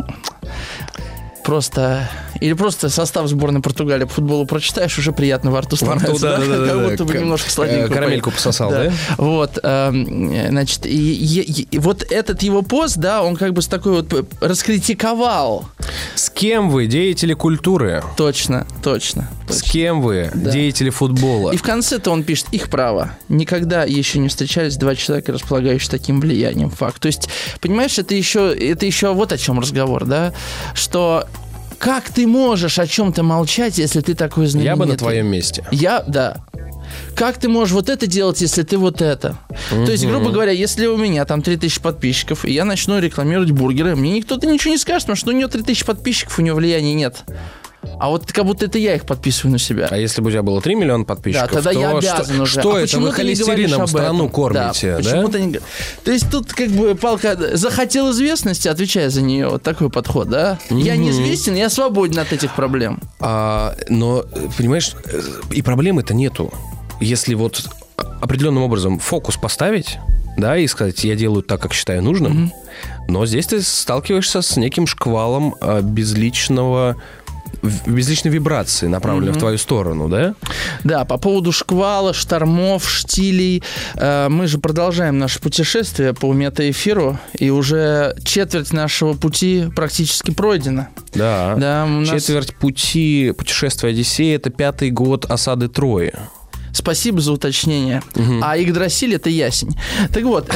Или просто состав сборной Португалии по футболу прочитаешь, уже приятно во рту становится. Как будто бы немножко сладенько. Карамельку пососал, да? Вот, значит, и вот этот его пост, да, он как бы с такой вот раскритиковал. С кем вы, деятели культуры? Точно. С кем вы, деятели футбола? И в конце-то он пишет: их право. Никогда еще не встречались 2 человека, располагающие таким влиянием. Факт. То есть, понимаешь, это еще вот о чем разговор, да? Что как ты можешь о чем-то молчать, если ты такой знаменитый? Я бы на твоем месте. Да. Как ты можешь вот это делать, если ты вот это? То есть, грубо говоря, если у меня там 3000 подписчиков, и я начну рекламировать бургеры, мне никто-то ничего не скажет, потому что у него 3000 подписчиков, у него влияния нет. А вот как будто это я их подписываю на себя. А если бы у тебя было 3 миллиона подписчиков, да, тогда то я обязан уже. Что это? Вы холестерином страну кормите, да? Почему-то не... То есть тут как бы палка... Захотел известности, отвечая за нее. Вот такой подход, да? Я неизвестен, я свободен от этих проблем. Но, понимаешь, и проблемы-то нету. Если вот определенным образом фокус поставить, да, и сказать: я делаю так, как считаю нужным, Но здесь ты сталкиваешься с неким шквалом безличной вибрации, направленной в твою сторону, да? Да, по поводу шквала, штормов, штилей. Мы же продолжаем наше путешествие по метаэфиру, и уже четверть нашего пути практически пройдена. Да, четверть пути путешествия Одиссея – это 5-й год осады Трои. Спасибо за уточнение. А Игдрасиль – это ясень. Так вот.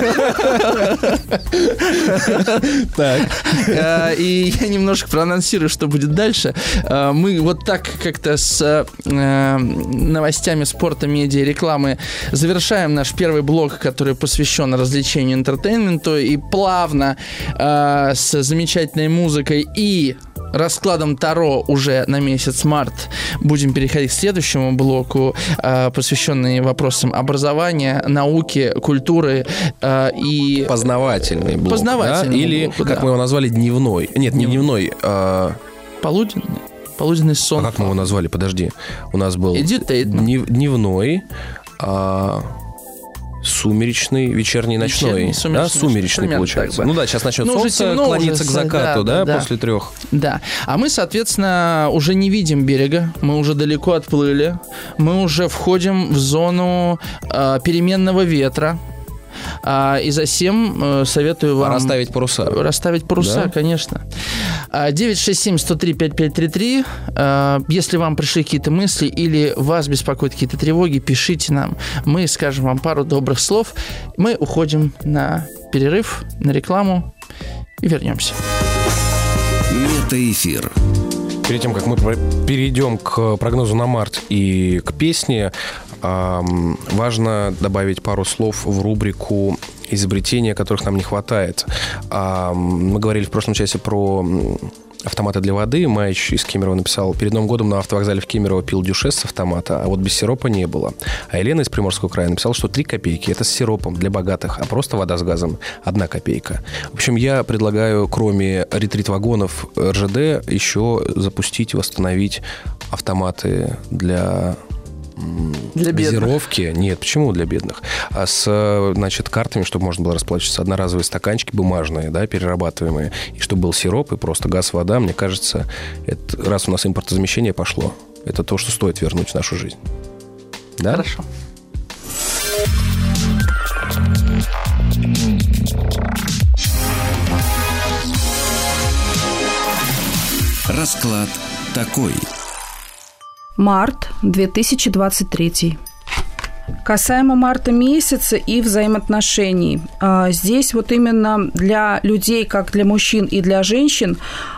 И я немножко проанонсирую, что будет дальше. Мы вот так как-то с новостями спорта, медиа, рекламы завершаем наш первый блок, который посвящен развлечению, интертейменту, и плавно с замечательной музыкой и раскладом Таро уже на месяц март будем переходить к следующему блоку, посвященный вопросам образования, науки, культуры и... Познавательный блок. Познавательный да? Или, блок, как мы его назвали, дневной. Нет, не дневной. Полуденный? Полуденный сон. А как мы его назвали? Подожди. У нас был дневной... Сумеречный, вечерний, ночной. Сумеречный получается. Так бы. Ну да, сейчас начнет солнце клониться к закату, да, после 3. Да. А мы, соответственно, уже не видим берега, мы уже далеко отплыли, мы уже входим в зону переменного ветра. И затем советую вам... Расставить паруса. Расставить паруса, да? Конечно. 967-103-5533. Если вам пришли какие-то мысли или вас беспокоят какие-то тревоги, пишите нам. Мы скажем вам пару добрых слов. Мы уходим на перерыв, на рекламу и вернемся. Метаэфир. Перед тем, как мы перейдем к прогнозу на март и к песне, важно добавить пару слов в рубрику изобретения, которых нам не хватает. Мы говорили в прошлом часе про автоматы для воды. Маич из Кемерово написал: перед Новым годом на автовокзале в Кемерово пил дюшес с автомата, а вот без сиропа не было. А Елена из Приморского края написала, что 3 копейки – это с сиропом для богатых, а просто вода с газом – 1 копейка. В общем, я предлагаю, кроме ретрит-вагонов РЖД, еще запустить и восстановить автоматы для газировки. Нет, почему для бедных? А с, значит, картами, чтобы можно было расплачиваться. Одноразовые стаканчики бумажные, да, перерабатываемые. И чтобы был сироп и просто газ, вода. Мне кажется, это, раз у нас импортозамещение пошло, это то, что стоит вернуть в нашу жизнь. Да? Хорошо. Расклад такой. Март 2023. Касаемо марта месяца и взаимоотношений. Здесь вот именно для людей, как для мужчин и для женщин,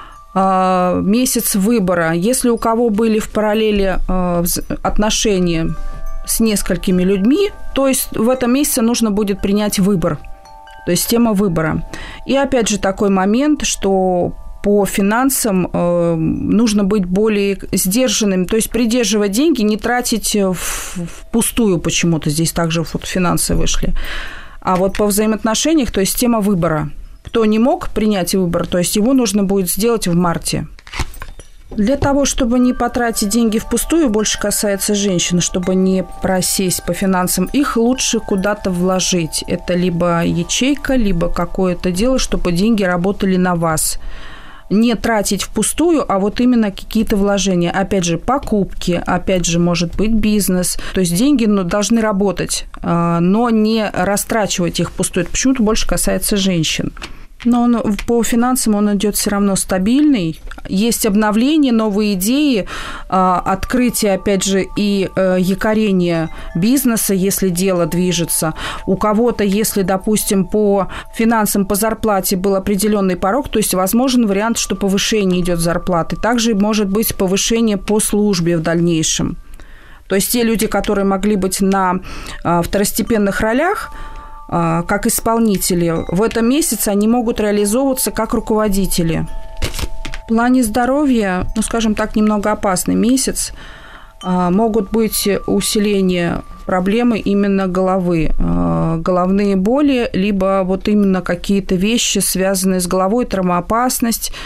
месяц выбора. Если у кого были в параллели отношения с несколькими людьми, то есть в этом месяце нужно будет принять выбор. То есть тема выбора. И опять же такой момент, что по финансам нужно быть более сдержанным, то есть придерживать деньги, не тратить впустую почему-то. Здесь также вот финансы вышли. А вот по взаимоотношениям, то есть тема выбора. Кто не мог принять выбор, то есть его нужно будет сделать в марте. Для того, чтобы не потратить деньги впустую, больше касается женщин, чтобы не просесть по финансам, их лучше куда-то вложить. Это либо ячейка, либо какое-то дело, чтобы деньги работали на вас. Не тратить впустую, а вот именно какие-то вложения. Опять же, покупки, опять же, может быть, бизнес. То есть деньги должны работать, но не растрачивать их впустую. Это почему-то больше касается женщин. Но по финансам он идет все равно стабильный. Есть обновления, новые идеи, открытие, опять же, и якорение бизнеса, если дело движется. У кого-то, если, допустим, по финансам, по зарплате был определенный порог, то есть возможен вариант, что повышение идет зарплаты. Также может быть повышение по службе в дальнейшем. То есть те люди, которые могли быть на второстепенных ролях, как исполнители, в этом месяце они могут реализовываться как руководители. В плане здоровья, скажем так, немного опасный месяц. Могут быть усиление проблемы именно головы, головные боли, либо вот именно какие-то вещи, связанные с головой, травмоопасность.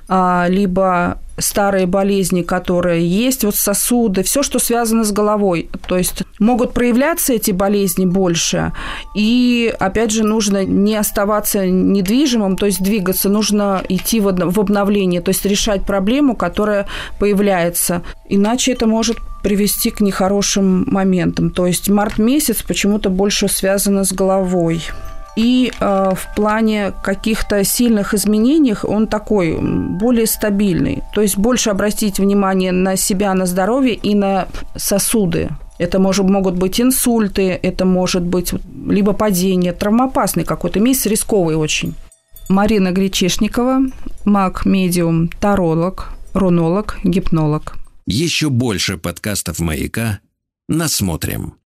либо старые болезни, которые есть, вот сосуды, все, что связано с головой. То есть могут проявляться эти болезни больше, и, опять же, нужно не оставаться недвижимым, то есть двигаться, нужно идти в обновление, то есть решать проблему, которая появляется. Иначе это может привести к нехорошим моментам. То есть март месяц почему-то больше связано с головой. И в плане каких-то сильных изменений он такой, более стабильный. То есть больше обратить внимание на себя, на здоровье и на сосуды. Это могут быть инсульты, это может быть либо падение, травмоопасный какой-то месяц, рисковый очень. Марина Гречишникова, маг, медиум, таролог, рунолог, гипнолог. Еще больше подкастов «Маяка» насмотрим.